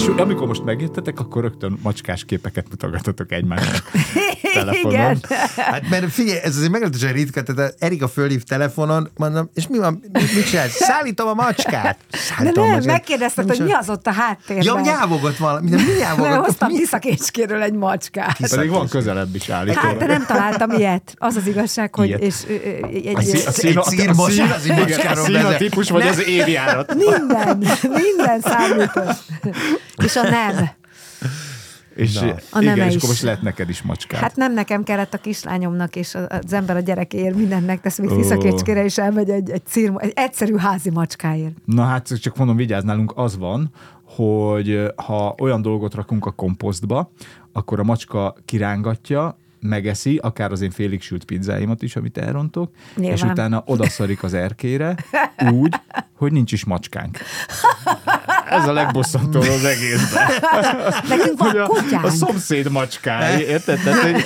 És amikor most megjöttetek, akkor rögtön macskás képeket mutogatok egymásnak telefonon. Igen. Hát mert figyelj, ez azért meglehetősen ritka, tehát Erika fölhív telefonon, mondom, és mi van, mit csinálsz? Szállítom a macskát. De nem, megkérdezted, hogy mi az ott a háttérben. Ja, nyávogott valami, de mi nyávogott? Mert hoztam Tiszakécskéről egy macskát. Pedig van közelebb is állítólag. Hát, de nem találtam ilyet. Az az igazság, hogy... És, A színotípus vagy az évjárat. Minden számított. És a nem. És, igen, és akkor most lehet neked is macskát. Hát nem nekem kellett, a kislányomnak, és az ember a gyerekéért mindent tesz, még Tiszakécskére is elmegy egy egyszerű házi macskáért. Na hát csak mondom, vigyázz, nálunk az van, hogy ha olyan dolgot rakunk a komposztba, akkor a macska kirángatja, megeszi, akár az én félig sült pizzáimat is, amit elrontok, nyilván. És utána odaszarik az erkére, úgy, hogy nincs is macskánk. Ez a legbosszantóbb az egészben. Nekünk van kutyánk. A szomszéd macskái, érted? Tehát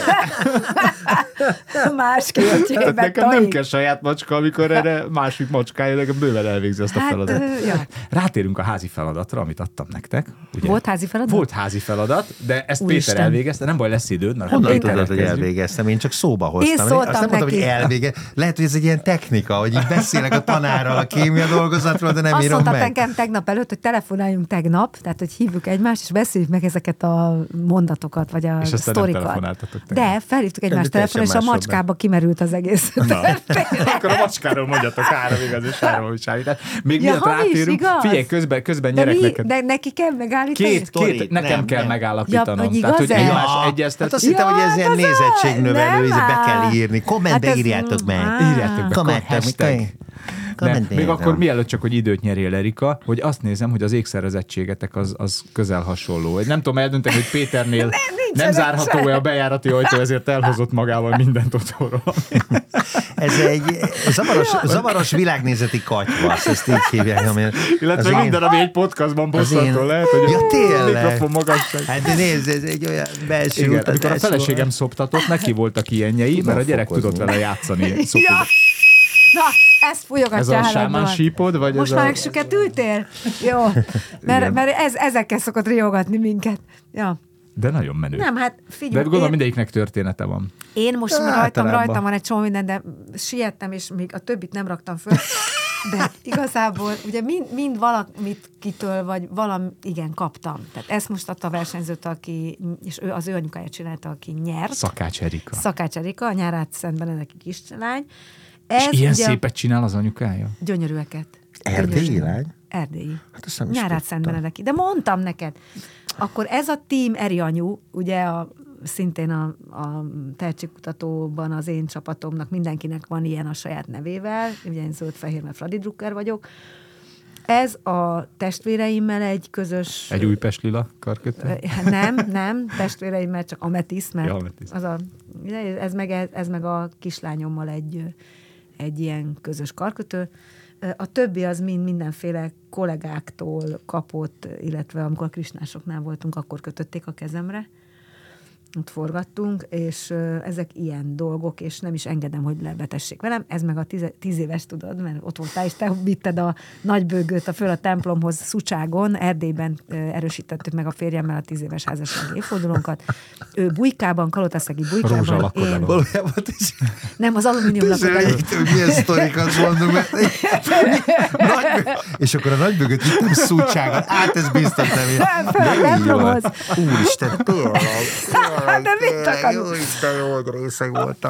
nekem nem kell saját macska, amikor erre másik macskája, nekem bőven elvégzi azt a feladatot. Ja. Rátérünk a házi feladatra, amit adtam nektek. Ugye? Volt házi feladat? Volt házi feladat, de ezt Péter elvégezte, nem baj, lesz időd. Honnan tudod, hogy elvégeztem? Én csak szóba hoztam. Én szóltam azt nem mondtam, neki. hogy elvégeztem. Lehet, hogy ez egy ilyen technika, hogy így beszélek a tanárral a kémia dolgozatról, de nem azt írom meg. Azt mondta nekem tegnap előtt, hogy telefonáljunk tegnap, tehát hogy hívjuk egymást, és beszéljük meg ezeket a mondatokat, vagy a és sztorikat. De felhívtuk egymást telefon, és a macskába kimerült az egész. Akkor a macskáról mondjatok 3 igaz és 3 visállítás. Még miatt rátérünk, figyelj, közben nyerek neked. De neki kell megállítani? Két nekem kell megállapítanom. Ja, tehát, hogy egymás egyeztet. Hát azt hittem, hogy ez ilyen nézettségnövelő, be kell írni. Kommentbe írjátok meg. Írjátok be, hashtag. Még akkor mielőtt csak, hogy időt nyerjél, Erika, hogy azt nézem, hogy az ékszerezettségetek az közel hasonló. Nem tudom eldönteni, hogy Péternél nem zárható-e a bejárati ajtó, ezért elhozott magával mindent otthonról. Ez egy zavaros világnézeti katyvasz, ezt így hívják. Illetve minden, ami egy podcastban bosszantó lehet, hogy a mikrofon magasság. Hát de nézd, ez egy olyan belső igen, utatás. amikor a feleségem szoptatott, neki voltak ilyenjei, mert a gyerek tudott vele játszani. Na, ezt fújogatja ez a sámán sípod? Vagy most ez már süketültél? Jó, mert ezekkel szokott riogatni minket. Ja. De nagyon menő. Nem, hát figyelj. De gondolom mindegyiknek története van. Én most rajtam van egy csomó minden, de siettem, és még a többit nem raktam föl. De igazából ugye mind valamit kitől, vagy igen, kaptam. Tehát ezt most adta a versenyzőt, aki, és az ő anyukája csinálta, aki nyert. Szakács Erika, a Nyárát Szent Benedeki kislány. És ilyen ugye, szépet csinál az anyukája? Gyönyörűeket. Erdélyi lány? Erdélyi. Hát Nyárát Szent Benedeki. De mondtam neked. Akkor ez a team Eri anyu, ugye szintén a tehetségkutatóban az én csapatomnak mindenkinek van ilyen a saját nevével, ugye én zöld-fehér, mert Fradi Drucker vagyok. Ez a testvéreimmel egy közös... Egy Újpest lila karkötő? Nem, testvéreimmel csak ametiszt, mert ez meg a kislányommal egy ilyen közös karkötő. A többi az mindenféle kollégáktól kapott, illetve amikor a krisnásoknál voltunk, akkor kötötték a kezemre. Ott forgattunk, és ezek ilyen dolgok, és nem is engedem, hogy lebetessék velem. Ez meg a 10 éves, tudod, mert ott voltál, és te vitted a nagybőgőt föl a templomhoz Szucságon, Erdélyben erősítettük meg a férjemmel a 10 éves házassági évfordulónkat. Ő Bujkában, Kalotaszegi Bujkában. Valójában is. Nem, az alumínium lakodalom. Milyen sztorikat mondunk. És akkor a nagybőgőt vittem Szucságon. Ez biztos nem én. Föl a templomhoz. Úristen, tényleg. De mit akarunk? Jó részeg voltam.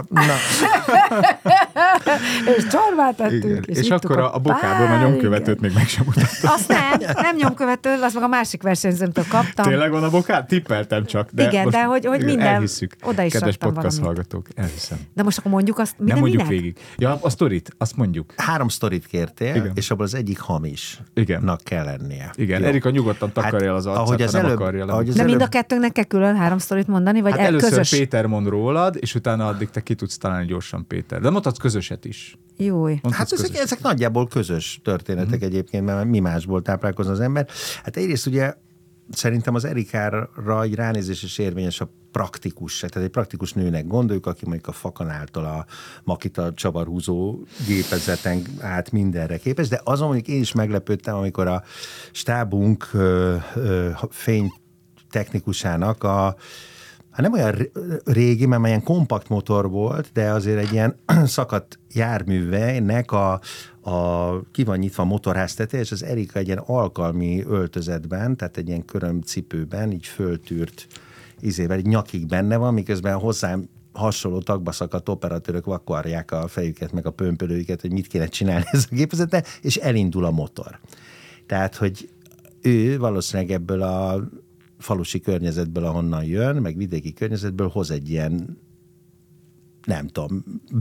És csorbát tettünk. És akkor a bokából a nyomkövetőt még meg sem mutatta. Azt nem nyomkövető, azt meg a másik versenyzőmtől kaptam. Tényleg van a bokát? Tippeltem csak. De igen, de hogy minden, elhisszük. Oda is kedves raktam podcast valamit. hallgatók, elhiszem. De most akkor mondjuk azt, nem mondjuk végig. Ja, a sztorit, azt mondjuk. 3 sztorit kértél, igen. És abból az egyik hamisnak kell lennie. Igen, Erika nyugodtan takarja az arcát, ha nem akarja le. De mind a kettőnknek kell külön 3 sztorit mondani, vagy először közös? Péter mond rólad, és utána addig te ki tudsz találni gyorsan Péter. De mondhatsz közöset is. Júj. Hát ezek nagyjából közös történetek egyébként, mert mi másból táplálkozna az ember. Hát egyrészt ugye szerintem az Erikára egy ránézés is érvényes a praktikus, tehát egy praktikus nőnek gondoljuk, aki mondjuk a Fakanáltól a Makita csavarhúzó gépezeten át mindenre képes, de azon mondjuk én is meglepődtem, amikor a stábunk fénytechnikusának nem olyan régi, mert ilyen kompakt motor volt, de azért egy ilyen szakadt járműveinek ki van nyitva a motorházteteje, és az Erika egy ilyen alkalmi öltözetben, tehát egy ilyen körömcipőben, így föltűrt egy nyakig benne van, miközben hozzám hasonló tagba szakadt operatőrök vakarják a fejüket, meg a pömpölőiket, hogy mit kéne csinálni ez a gépezettel, és elindul a motor. Tehát, hogy ő valószínűleg ebből a falusi környezetből, ahonnan jön, meg vidéki környezetből hoz egy ilyen, nem tudom,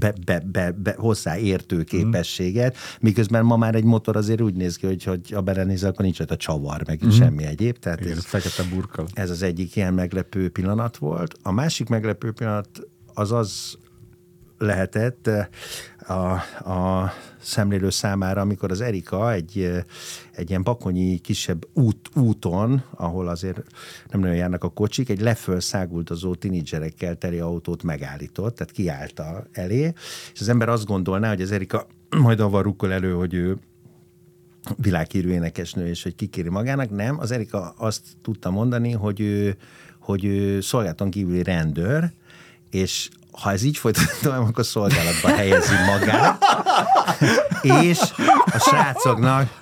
hozzáértő képességet, miközben ma már egy motor azért úgy néz ki, hogy ha belenézel, akkor nincs ott a csavar, meg semmi egyéb. Tehát igen, fekete burkkal. Ez az egyik ilyen meglepő pillanat volt. A másik meglepő pillanat az lehetett a szemlélő számára, amikor az Erika egy ilyen bakonyi kisebb úton, ahol azért nem nagyon járnak a kocsik, egy lefölszáguldozó tinédzserekkel teli autót megállított, tehát kiállt elé, és az ember azt gondolná, hogy az Erika majd avval rukkol elő, hogy ő világhírű énekesnő, és hogy kikéri magának. Nem, az Erika azt tudta mondani, hogy ő szolgálaton kívüli rendőr, és ha ez így folytatódik, akkor szolgálatba helyezi magát, és a srácoknak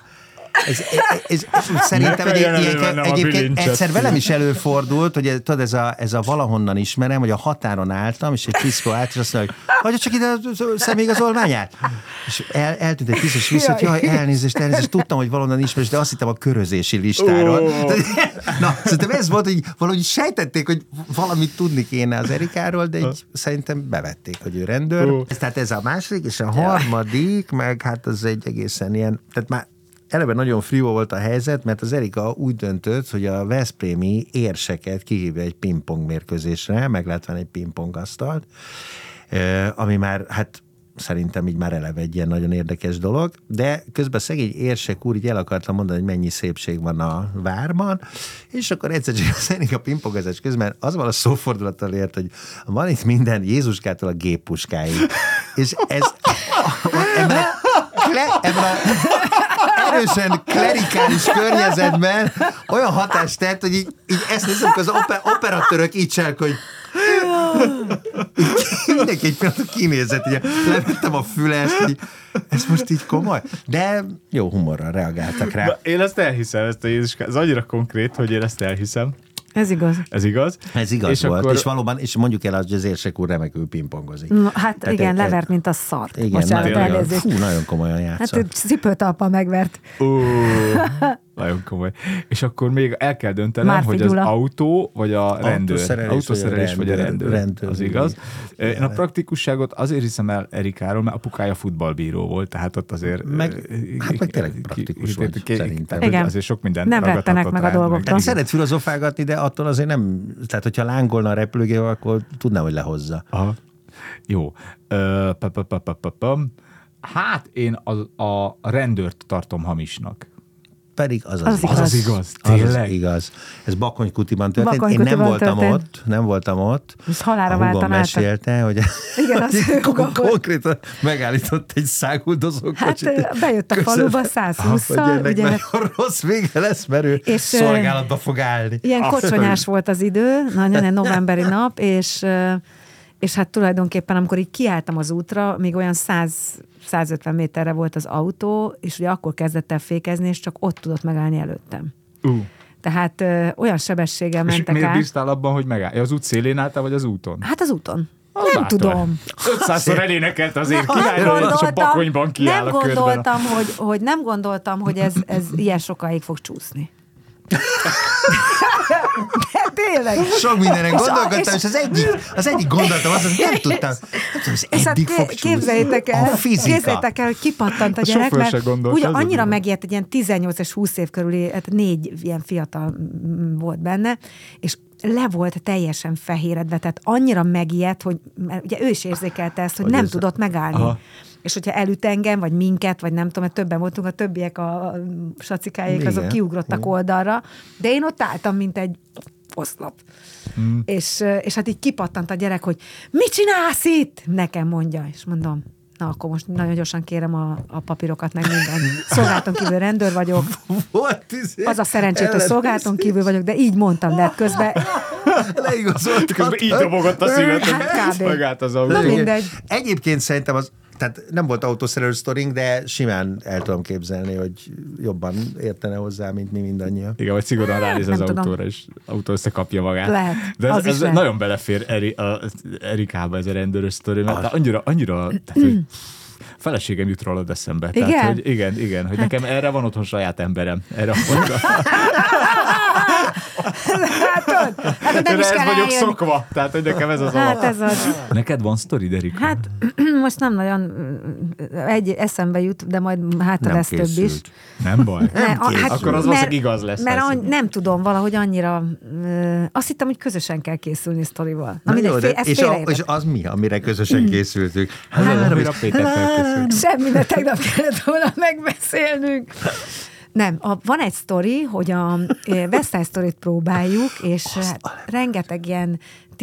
ez szerintem egyébként egyszer velem is előfordult, hogy tudod, ez a valahonnan ismerem, hogy a határon álltam, és egy piszkó állt, és azt mondja, hogy hagyja csak ide a személyigazolványát. És eltűnt egy piszkos vissza, hogy jaj, elnézést, tudtam, hogy valahonnan ismerős, de azt hittem a körözési listáról. Na, szerintem ez volt, hogy valahogy sejtették, hogy valamit tudni kéne az Erikáról, de így szerintem bevették, hogy ő rendőr. Tehát ez a második, és a harmadik, meg hát az egy egészen ilyen, tehát már eleve nagyon frió volt a helyzet, mert az Erika úgy döntött, hogy a veszprémi érseket kihívja egy pingpong mérkőzésre, meglátván egy pingpongasztalt, ami már, hát szerintem így már eleve egy ilyen nagyon érdekes dolog, de közben szegény érsek úr így el akartam mondani, hogy mennyi szépség van a várban, és akkor egyszer csak az Erika pingpongozás közben az van a szófordulattal ért, hogy van itt minden Jézuskától a géppuskáig. És ez ebben a erősen klerikális környezetben olyan hatást tett, hogy így ezt nézzük, az operatőrök így csinálják, hogy mindenki egy pillanat kinézett, így levettem a fülest, hogy ez most így komoly. De jó humorral reagáltak rá. Na, én ezt elhiszem, ezt a Jézuskát. Ez annyira konkrét, hogy én ezt elhiszem. Ez igaz. Ez igaz és volt, akkor... és valóban, és mondjuk el, hogy az érsek úr remekül pingpongozik. Hát tehát igen, levert, mint a szart. Igen, nagyon komolyan játszott. Hát cipőtalpa megvert. Nagyon komoly. És akkor még el kell döntenem, hogy az autó, vagy a rendőr. Autószerelés vagy a rendőr. Az igaz. Én a praktikusságot azért hiszem el Erikáról, mert apukája futballbíró volt, tehát ott azért... meg tényleg praktikus volt, szerintem. Igen. Azért sok minden nem vettenek meg a dolgoktól. Szeret filozofálgatni, de attól azért nem... Tehát, hogyha lángolna a repülőgép, akkor tudná, hogy lehozza. Aha. Jó. Hát én a rendőrt tartom hamisnak. Pedig az igaz. Tényleg? Az igaz. Ez Bakonykutiban történt. Én nem voltam ott. Ez halálra váltam mesélte, hogy igen, az konkrétan megállított egy száguldozó kocsit. Hát bejött a faluba 120-szal. Ugye nagyon rossz vége lesz, mert ő szolgálatba fog állni. Ilyen kocsonyás volt az idő, nagyon egy novemberi nap, és hát tulajdonképpen, amikor így kiálltam az útra, még olyan 150 méterre volt az autó, és ugye akkor kezdett el fékezni, és csak ott tudott megállni előttem. Tehát olyan sebességgel mentek át. És miért bíztál abban, hogy megállj? Az út szélén álltál, vagy az úton? Hát az úton. Nem tudom. 500-szor elénekelt azért királyról, és a Bakonyban kiáll a körben. Nem gondoltam, hogy ez ilyen sokáig fog csúszni. De tényleg. Sok mindenen gondolkodtam, és az egyik gondolatom az, hogy nem tudtam, hogy eddig fog csúszni. Képzeljétek el, hogy kipattant a gyerek, mert úgy annyira megijedt, egy ilyen 18 és 20 év körüli, 4 ilyen fiatal volt benne, és le volt teljesen fehéredve, tehát annyira megijedt, hogy mert ugye ő is érzékelte ezt, hogy nem tudott megállni. Aha. És hogyha elüt engem, vagy minket, vagy nem tudom, mert többen voltunk, a többiek, a sacikáik, azok kiugrottak oldalra, de én ott álltam, mint egy oszlop. És hát így kipattant a gyerek, hogy mit csinálsz itt? Nekem mondja, és mondom, na akkor most nagyon gyorsan kérem a papírokat, meg minden. Szolgálaton kívül rendőr vagyok. Az a szerencsét, hogy szolgálaton kívül vagyok, de így mondtam, de hát közben... Közben így dobogott a szívet, hogy megállt az autó. Na mindegy. Egyébként szerintem tehát nem volt autószerelő sztorink, de simán el tudom képzelni, hogy jobban értene hozzá, mint mi mindannyian. Igen, vagy szigorúan ránéz az autóra, és autó összekapja magát. Lehet, de ez nagyon belefér Erikába ez a rendőrös sztori, mert annyira tehát, hogy feleségem jut rólad eszembe. Igen? Tehát, hogy igen, hogy nekem erre van otthon saját emberem. Erre Hát nem is kell vagyok szokva, tehát hogy nekem ez az alap. Ez az. Neked van sztori, Erika? Hát most nem nagyon egy eszembe jut, de majd hátra lesz több is. Nem baj. Akkor az valószínűleg igaz lesz. Mert nem tudom, valahogy annyira azt hittem, hogy közösen kell készülni sztorival. Na mindegy, és az mi, amire közösen készültük? Amire a Péter felkészült. Semmi, mert tegnap kellett volna megbeszélnünk. Nem, van egy sztori, hogy a West Side Story-t próbáljuk, és rengeteg ilyen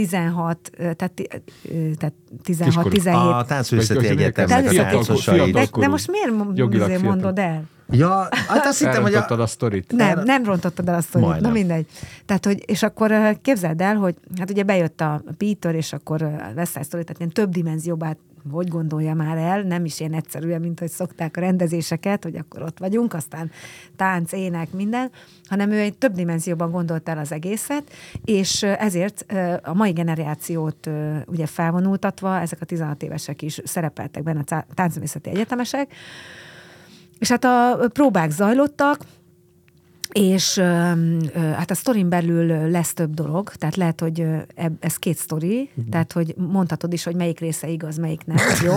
16-17. A Táncművészeti Egyetemnek a táncosai. De most miért mondod el? Ja, hát azt hittem, hogy a sztorit. Nem rontottad el a sztorit. Majdnem. Na mindegy. Tehát, hogy, és akkor képzeld el, hogy hát ugye bejött a Peter, és akkor West Side Story, tehát ilyen több dimenzióban, hogy gondolja már el, nem is ilyen egyszerűen, mint hogy szokták a rendezéseket, hogy akkor ott vagyunk, aztán tánc, ének, minden, hanem ő egy több dimenzióban gondolt el az egészet, és ezért a mai generációt ugye felvonultatva, ezek a 16 évesek is szerepeltek benne, a táncművészeti egyetemesek, és hát a próbák zajlottak, és hát a sztorin belül lesz több dolog, tehát lehet, hogy ez 2 sztori, tehát hogy mondhatod is, hogy melyik része igaz, melyik nem, jó?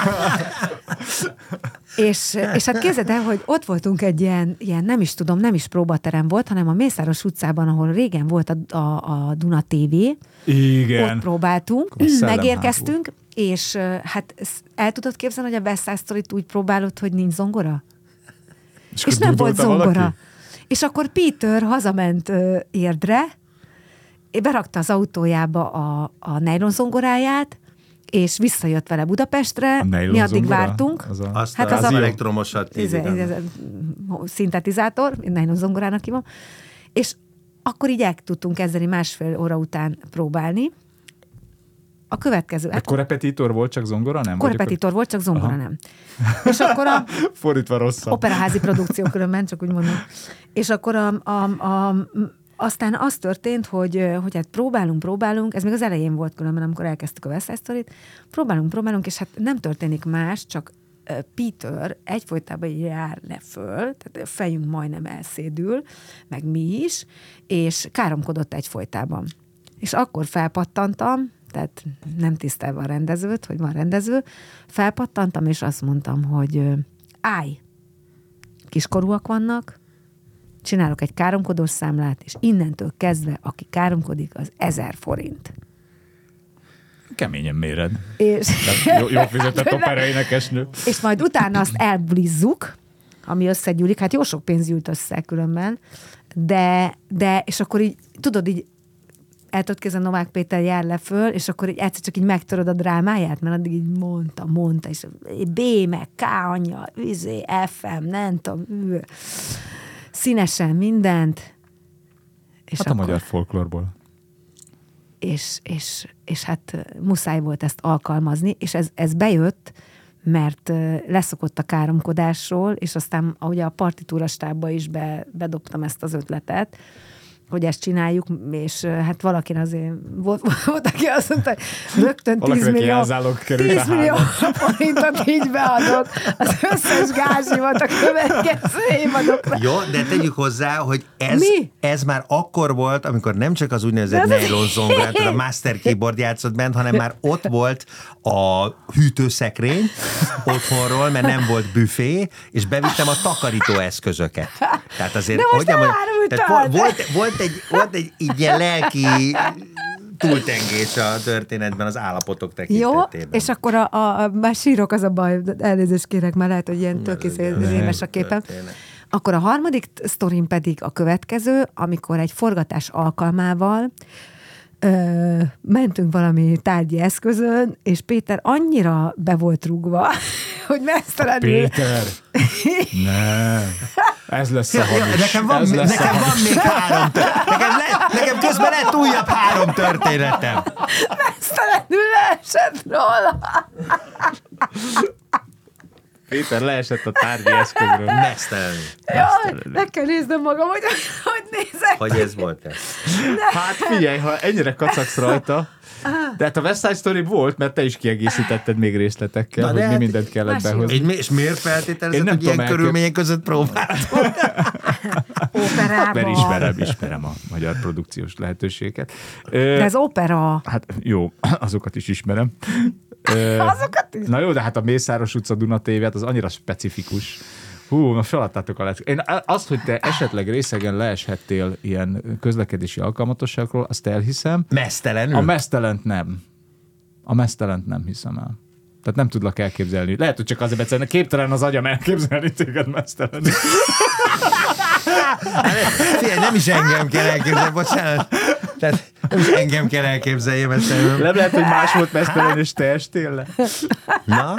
és hát képzeld el, hogy ott voltunk egy ilyen nem is tudom, nem is próbaterem volt, hanem a Mészáros utcában, ahol régen volt a Duna TV. Igen. Ott próbáltunk, megérkeztünk, és hát el tudod képzelni, hogy a West Side Story-t úgy próbálod, hogy nincs zongora? És nem volt zongora. Valaki? És akkor Peter hazament Érdre, berakta az autójába a nylon zongoráját, és visszajött vele Budapestre. Mi addig vártunk. Az elektromosat. Szintetizátor, nylon zongorának hívom. És akkor így el tudtunk kezdeni 1,5 óra után próbálni. A következő... De korepetitor volt, csak zongora nem? Korepetitor volt, csak zongora nem. És akkor fordítva rosszabb. Operaházi produkció különben, csak úgy mondom. És akkor aztán az történt, hogy hát próbálunk, ez még az elején volt különben, amikor elkezdtük a West Side Story-t, próbálunk, és hát nem történik más, csak Peter egyfolytában jár le föl, tehát a fejünk majdnem elszédül, meg mi is, és káromkodott egyfolytában. És akkor felpattantam, tehát nem tisztelve a rendezőt, hogy van rendező, felpattantam, és azt mondtam, hogy állj, kiskorúak vannak, csinálok egy káromkodós számlát, és innentől kezdve, aki káromkodik, az 1000 forint. Keményen méred. És jó fizetett opera énekesnő. És majd utána azt elbulizzuk, ami összegyűlik, hát jó sok pénz gyűlt össze különben, de és akkor így, tudod, így el tudod képzelni, Novák Péter jár le föl, és akkor így egyszer csak így megtöröd a drámáját, mert addig így mondta, és B, meg K anyja, FM, nem tudom, színesen mindent. És hát akkor, a magyar folklórból. És hát muszáj volt ezt alkalmazni, és ez bejött, mert leszokott a káromkodásról, és aztán ugye a partitúrastábba is bedobtam ezt az ötletet, hogy ezt csináljuk, és hát valakin azért volt aki azt mondta, hogy rögtön 10 millió forintot így beadok az összes gázsimat a következő évadokra. Jó, de tegyük hozzá, hogy ez már akkor volt, amikor nem csak az úgynevezett nylon zongorát, a master keyboard játszott bent, hanem már ott volt a hűtőszekrényt otthonról, mert nem volt büfé, és bevittem a takarítóeszközöket. Tehát azért, volt egy ilyen lelki túltengés a történetben az állapotok tekintetében. Jó, és akkor már sírok, az a baj, elnézést kérek, mert lehet, hogy ilyen tök éves a képem. Akkor a harmadik sztorim pedig a következő, amikor egy forgatás alkalmával mentünk valami tárgyi eszközön, és Péter annyira be volt rúgva, hogy mesztelenül... Péter! Nem! Ez lesz a hamis. Nekem van még 3 nekem közben lett újabb 3 történetem. Mesztelenül leesett róla. Péter leesett a tárgyi eszközről. Mesztelenül. Jaj, meg kell néznem magam, hogy nézek. Hogy ez volt ez? Hát figyelj, ha ennyire kacagsz rajta, de hát a West Side Story volt, mert te is kiegészítetted még részletekkel, hogy mi mindent kellett behozni. És miért feltételezed, hogy ilyen körülmények között próbáltunk? Operában. Ismerem a magyar produkciós lehetőséget. De ez opera. Hát jó, azokat is ismerem. Azokat is? Na jó, de hát a Mészáros utca Duna TV, az annyira specifikus. Na feladtátok a lehetőséget. Én azt, hogy te esetleg részegen leeshettél ilyen közlekedési alkalmatosságról, azt elhiszem. Mesztelenül? A mesztelent nem. A mesztelent nem hiszem el. Tehát nem tudlak elképzelni. Lehet, hogy csak azért egyszerűen képtelen az agyam elképzelni téged mesztelenül. Figyelj, nem is engem kell elképzelni, bocsánat. Tehát nem is engem kell elképzelni mesztelenül. Nem lehet, hogy más volt mesztelen, és te estél le? Na?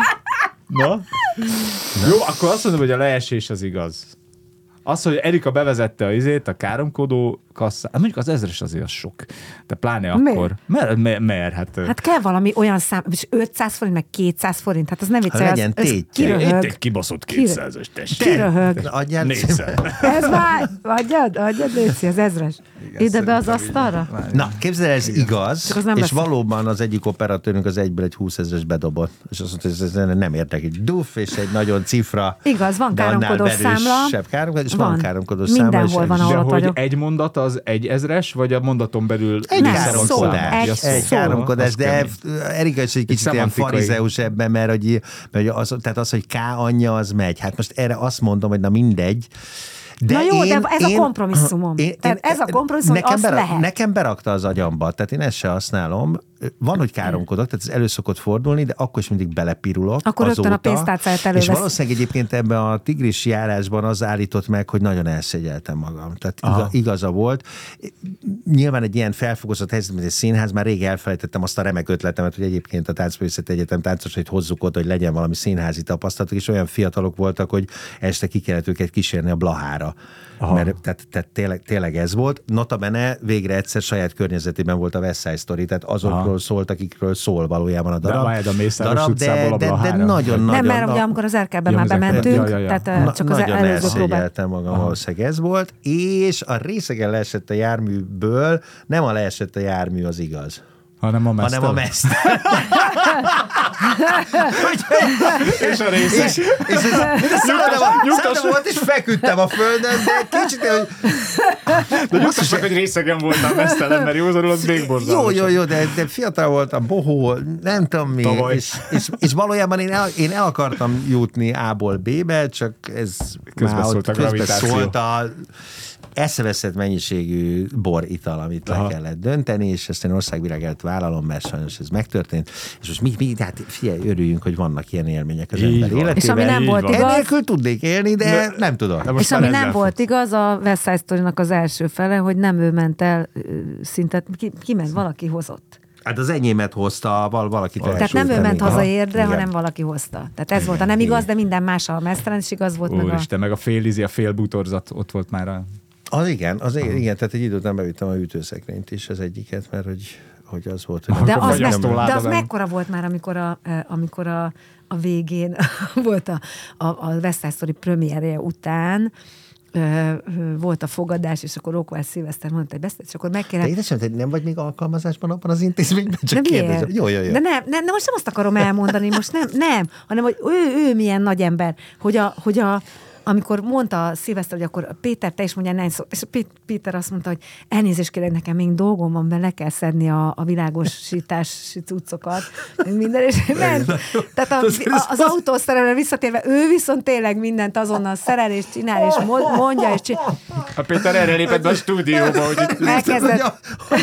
Jó, akkor azt mondom, hogy a leesés az igaz. Az, hogy Erika bevezette a káromkodó kasszát, mondjuk az 1000-es azért az sok. De pláne akkor. Mert hát kell valami olyan szám, és 500 forint, meg 200 forint, hát az nem viccelj. Legyen tétje. Itt egy kibaszott 200-as tessék. Kiröhög. Adjál. Ez már, adjad, Léci, az 1000-es. Ide be az asztalra? Na, képzeld, ez igaz, és valóban az egyik operatőrünk az egyből egy 20 000-es bedobott, és azt mondta, hogy ez nem érdek, egy duff, és egy nagyon cifra. Igaz, van káromkodós számla. És van káromkodós számla. Mindenhol van, ahol ott vagyok. Egy mondat az 1000-es, vagy a mondaton belül egy káromkodás, de Erika is egy kicsit ilyen farizeus ebben, mert az, hogy K anyja, az megy. Hát most erre azt mondom, hogy na mindegy. De na jó, de ez a kompromisszumom. Ez a kompromisszum, azt lehet. Nekem berakta az agyamba, tehát én ezt se használom. Van, hogy káromkodok, tehát ez elő szokott fordulni, de akkor is mindig belepirulok. Akkor rögtön a pénztárcáját elővesz. És valószínűleg egyébként ebben a tigris járásban az állított meg, hogy nagyon elszégyeltem magam. Tehát igaza volt. Nyilván egy ilyen felfogozott helyzet, mint egy színház, már rég elfelejtettem azt a remek ötletemet, hogy egyébként a Táncművészeti Egyetem táncosait hozzuk oda, hogy legyen valami színházi tapasztalatok, és olyan fiatalok voltak, hogy este ki kellett őket kísérni a Blahára. Mert tehát tényleg ez volt. Notabene végre egyszer saját környezetében volt a West Side Story, tehát azokról szólt, akikről szól valójában a darab. De a Mészáros utcából a Blahára. De nagyon-nagyon. Nem, mert ugye amikor az Erkelben már bementünk, tehát csak az előző próbál. Nagyon elszégyeltem magam, valószínűleg ez volt, és a részegen leesett a járműből, nem a leesett a jármű az igaz. Hanem a mesztelen. És a részeg. És nyugtass volt, és feküdtem a földön, de kicsit... De nyugtass meg, hogy részegen voltam mesztelen, mert józanul az még borzalmas. Jó, de fiatal voltam, bohó, nem tudom mi. És valójában én el akartam jutni A-ból B-be, csak ez közbeszólt a eszeveszett mennyiségű borital, amit le kellett dönteni, és ezt én országvilágát vállalom, mert sajnos ez megtörtént. És most mi hát figyelj, örüljünk, hogy vannak ilyen élmények az ember életében. És ami nem volt igaz... Ennélkül tudnék élni, de nem tudom. És ami nem volt igaz, a West Side Story-nak az első fele, hogy nem ő ment el szinte, ki ment, valaki hozott. Hát az enyémet hozta, valaki tehát nem ő ment haza érdre, hanem valaki hozta. Tehát ez volt a nem igaz, de minden más a mesztelen is igaz volt. Úristen, meg a fél butorzat ott volt már a... Az igen, tehát egy idő után bevittem a hűtőszekrényt is, az egyiket, mert hogy az volt. Hogy de az mekkora volt már, amikor a végén volt a West Side Story premierje után, volt a fogadás, és akkor Rókvász Szilveszter mondta egy beszélt, és akkor megkérem... De édesem, te nem vagy még alkalmazásban abban az intézményben? Csak kérdezem. Jó. De nem, most nem azt akarom elmondani, most nem, hanem hogy ő milyen nagy ember, hogy amikor mondta Szilveszter, hogy akkor Péter, te is mondjál néhány szót, és Péter azt mondta, hogy elnézést kérek, nekem még dolgom van, mert le kell szedni a világosítási cuccokat, minden, és ment. Tehát az autószerelőre visszatérve, ő viszont tényleg mindent azonnal szerel, és csinál, és mondja, és csinál. A Péter erre lépett be a stúdióba, hogy itt elkezdett.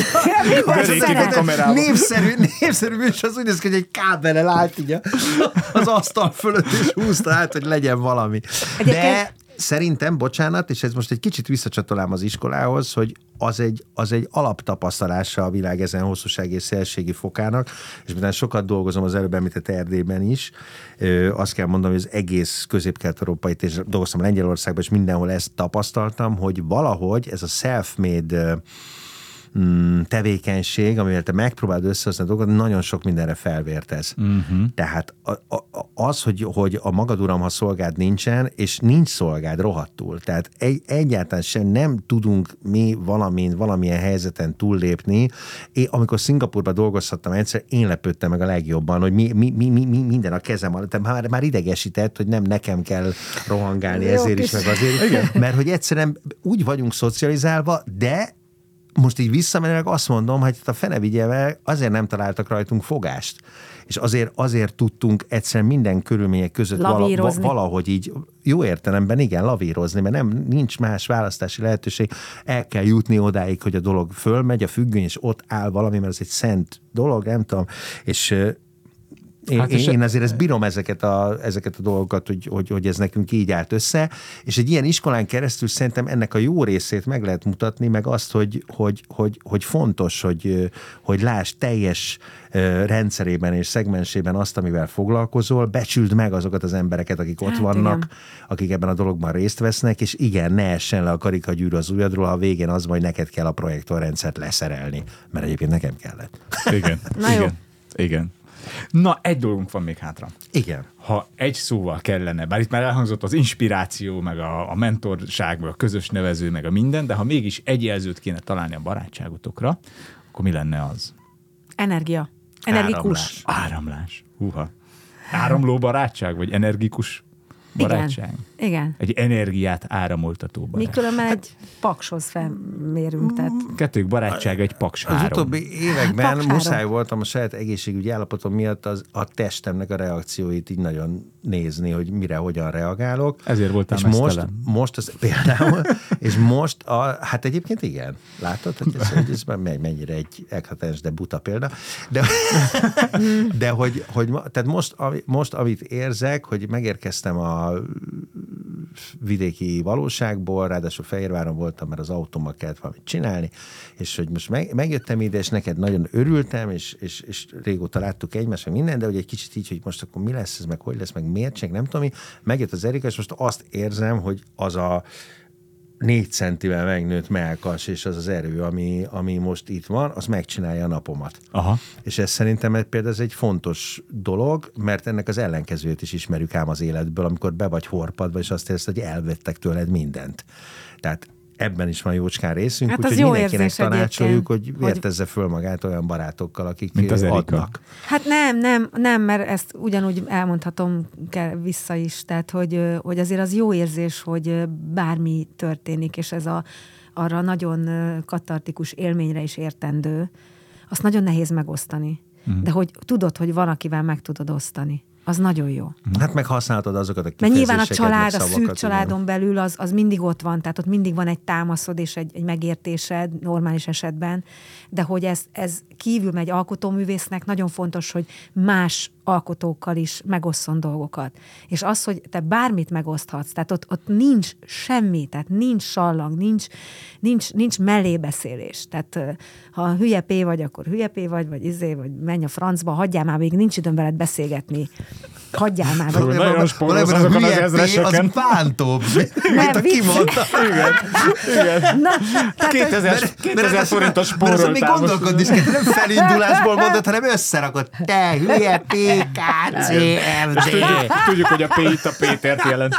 Népszerű műsor, az úgy néz ki, hogy egy kábellel állt így az asztal fölött, és húzta át, hogy legyen valami. De szerintem, bocsánat, és ez most egy kicsit visszacsatolám az iskolához, hogy az egy alaptapasztalása a világ ezen hosszúsági és szélségi fokának, és miután sokat dolgozom az előbb említett Erdélyben is, azt kell mondanom, hogy az egész közép-kelet-európai, és dolgoztam Lengyelországban, és mindenhol ezt tapasztaltam, hogy valahogy ez a self-made tevékenység, amivel te megpróbáld összehozni a dolgokat, nagyon sok mindenre felvértez. Tehát az, hogy a magad uram, ha szolgád nincsen, és nincs szolgád rohadtul. Tehát egyáltalán sem nem tudunk mi valamilyen helyzeten túllépni. Amikor Szingapurban dolgozhattam egyszer, én lepődtem meg a legjobban, hogy minden a kezem alatt. Már idegesített, hogy nem nekem kell rohangálni ezért is, meg azért. Mert hogy egyszerűen úgy vagyunk szocializálva, de most így visszamenőleg azt mondom, hogy a fene vigyevel azért nem találtak rajtunk fogást. És azért tudtunk egyszerűen minden körülmények között valahogy így jó értelemben igen, lavírozni, mert nincs más választási lehetőség. El kell jutni odáig, hogy a dolog fölmegy, a függöny, és ott áll valami, mert ez egy szent dolog, nem tudom. És én azért ezt bírom ezeket a dolgokat, hogy ez nekünk így állt össze, és egy ilyen iskolán keresztül szerintem ennek a jó részét meg lehet mutatni, meg azt, hogy fontos, hogy láss teljes rendszerében és szegmensében azt, amivel foglalkozol, becsüld meg azokat az embereket, akik ott vannak, igen, akik ebben a dologban részt vesznek, és igen, ne essen le a karikagyűrű az ujjadról, ha a végén az, hogy neked kell a projektorrendszert leszerelni, mert egyébként nekem kellett. Igen. Igen. Na, egy dolgunk van még hátra. Igen. Ha egy szóval kellene, bár itt már elhangzott az inspiráció, meg a mentorság, meg a közös nevező, meg a minden, de ha mégis egy jelzőt kéne találni a barátságotokra, akkor mi lenne az? Energia. Energikus. Áramlás. Húha. Áramló barátság, vagy energikus barátság? Igen. Egy energiát áramoltató barátság. Mi különben egy pakshoz felmérünk. Tehát... Kettők barátság, egy paks három. Az utóbbi években muszáj voltam a saját egészségügyi állapotom miatt a testemnek a reakcióit így nagyon nézni, hogy mire, hogyan reagálok. Ezért voltam mesztelen. Most az például, és most, hát egyébként igen, látod, hogy ez mennyire egy ekhatens, de buta példa, de hogy tehát most, amit érzek, hogy megérkeztem a vidéki valóságból, ráadásul Fehérváron voltam, mert az autómmal kellett valamit csinálni, és hogy most megjöttem ide, és neked nagyon örültem, és régóta láttuk egymást, meg minden, de hogy egy kicsit így, hogy most akkor mi lesz ez, meg hogy lesz, meg miért csak nem tudom mi. Megjött az Erika, és most azt érzem, hogy az a 4 centivel megnőtt mellkas, és az erő, ami most itt van, az megcsinálja a napomat. Aha. És ez szerintem például ez egy fontos dolog, mert ennek az ellenkezőjét is ismerjük ám az életből, amikor be vagy horpadva, és azt érzed, hogy elvettek tőled mindent. Tehát ebben is van jócskán részünk, hát úgyhogy mindenkinek tanácsoljuk, hogy vértezze föl magát olyan barátokkal, akik adnak. Hát nem, mert ezt ugyanúgy elmondhatom kell vissza is, tehát hogy azért az jó érzés, hogy bármi történik, és ez arra nagyon katartikus élményre is értendő, azt nagyon nehéz megosztani. De hogy tudod, hogy van, akivel meg tudod osztani. Az nagyon jó. Hát meg használtad azokat a kifejezéseket. Mert nyilván a család, a szűk családon belül az mindig ott van, tehát ott mindig van egy támaszod és egy megértésed normális esetben, de hogy ez kívül megy alkotóművésznek, nagyon fontos, hogy más alkotókkal is megosszon dolgokat. És az, hogy te bármit megoszthatsz, tehát ott nincs semmi, tehát nincs sallang, nincs mellébeszélés. Tehát ha hülye P vagy, akkor hülye P vagy vagy menj a francba, hagyjál már, még nincs időm veled beszélgetni. Hagyjál már. Nagyon spórolsz azokon az ezreseken. Az bántóbb, mint a kimondta. Igen. Na, 2000 forintos spóroltál. Mert még gondolkodni is kell, nem felindulásból mondod, hanem összerakod. Te hülye PKCMD. Tudjuk, hogy a P itt a Pétert jelenti.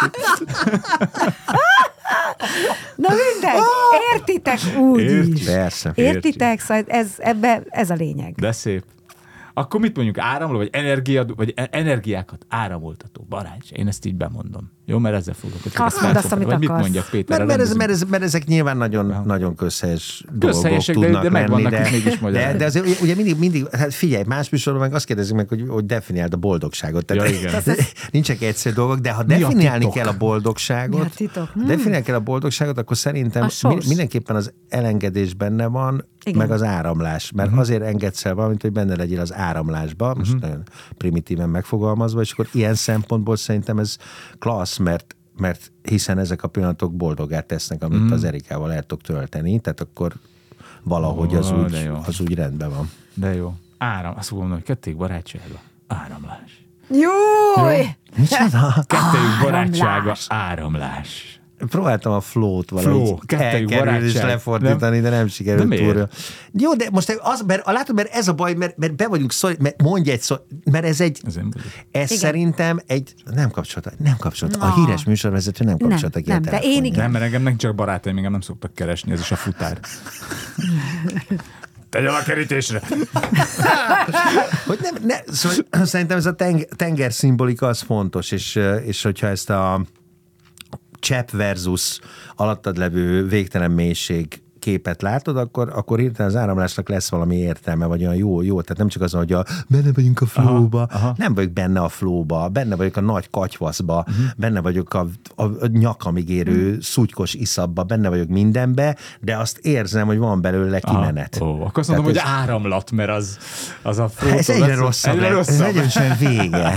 Na mindegy, értitek úgy is. Persze. Értitek, szóval ez a lényeg. De szép. Akkor mit mondjuk, áramló, vagy energiákat áramoltató barátság? Én ezt így bemondom. Jó, mert ezzel foglalkozik. Azt mondd azt, amit akarsz. Mit akarsz. mondjak, Péter? Mert ezek nyilván nagyon közhelyes dolgok tudnak de lenni, mégis de azért ugye mindig, hát figyelj, más műsorban meg azt kérdezik meg, hogy definiáld a boldogságot. Tehát nincsenek egyszerű dolgok, de ha definiálni kell a boldogságot, definiálni kell a boldogságot, akkor szerintem mindenképpen az elengedés benne van, igen. Meg az áramlás. Mert azért engedsz el valamit, hogy benne legyél az áramlásba, most nagyon primitíven megfogalmazva, és akkor ilyen szempontból szerintem ez klassz, mert hiszen ezek a pillanatok boldoggá tesznek, amit az Erikával el tudok tölteni, tehát akkor valahogy az úgy rendben van. De jó. Azt fogom mondani, hogy kettőjük barátsága, áramlás. Júj! Micsoda? Kettőjük barátsága, áramlás. Próbáltam a flow-t valahogy elkerülni és lefordítani, de nem sikerült túlra. Jó, de most látod, mert ez a baj, mert be vagyunk mert mondj egy mert ez szerintem nem kapcsolat. A híres műsorvezető nem kapcsolata ki a telefonját. Nem, mert engem csak barátaim engem nem szoktak keresni, ez is a futár. Tegyem a kerítésre! Hogy szóval szerintem ez a tenger szimbolika az fontos, és hogyha ezt a csepp versus alattad levő végtelen mélység képet látod, akkor hirtelen az áramlásnak lesz valami értelme, vagy olyan jó. Tehát nem csak az, hogy benne vagyunk a flow-ba, nem vagyok benne a flow-ba, benne vagyok a nagy katyvaszba, benne vagyok a nyakamig érő szutykos iszabba, benne vagyok mindenbe, de azt érzem, hogy van belőle kimenet. Akkor azt mondom, hogy áramlat, mert az a flow-tól... Ez egyre rosszabb. Ez egyre sem vége.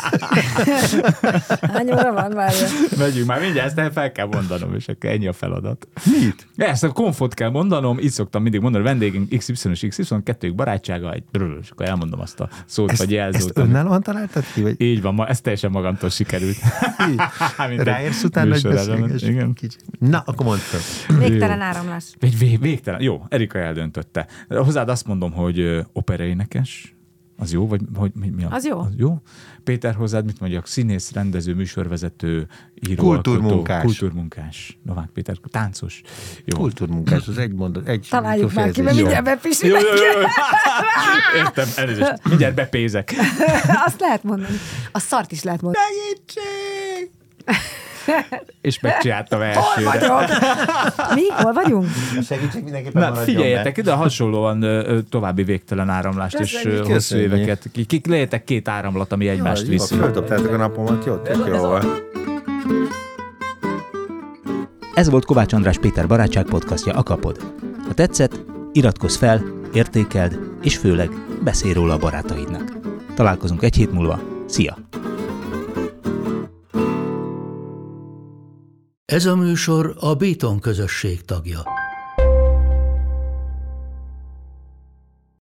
Hány óra van már? Megyünk már, mindjárt ezt fel kell mondanom, és akkor ennyi a feladat. Mit? Ezt a komfort kell mondanom, így szoktam mindig mondani, a vendégünk XY és XY, kettőjük barátsága, és akkor elmondom azt a szót, vagy jelzőt. Ezt önállóan találtad ki? Vagy? Így van, ez teljesen magamtól sikerült. Ráérsz utána, hogy beszélgessünk kicsit. Na, akkor mondtam. Végtelen áramlás. Végtelen. Jó, Erika eldöntötte. Hozzád azt mondom, hogy operaénekes, az jó? Vagy mi az jó. Az jó? Péter, hozzád mit mondjak? Színész, rendező, műsorvezető, író, kultúrmunkás. Novák Péter, táncos. Jó. Kultúrmunkás, az egy mondat. Találjuk már ki, mert mindjárt bepisülek. Értem, elnézést. Mindjárt bepézek. Azt lehet mondani. A szart is lehet mondani. Segítség! És megcsináltam elsőre. Hol vagyok? Mi? Hol vagyunk? Segítség mindenképpen maradjon be. Figyeljetek, de hasonlóan további végtelen áramlást és hosszú éveket. Lehetek két áramlat, ami egymást viszi. Földobtátok a napomat, jó, tök jó volt. Ez volt Kovács András Péter barátság podcastja, a Kapod. Ha tetszett, iratkozz fel, értékeld, és főleg beszélj róla a barátaidnak. Találkozunk egy hét múlva. Szia! Ez a műsor a Béton közösség tagja.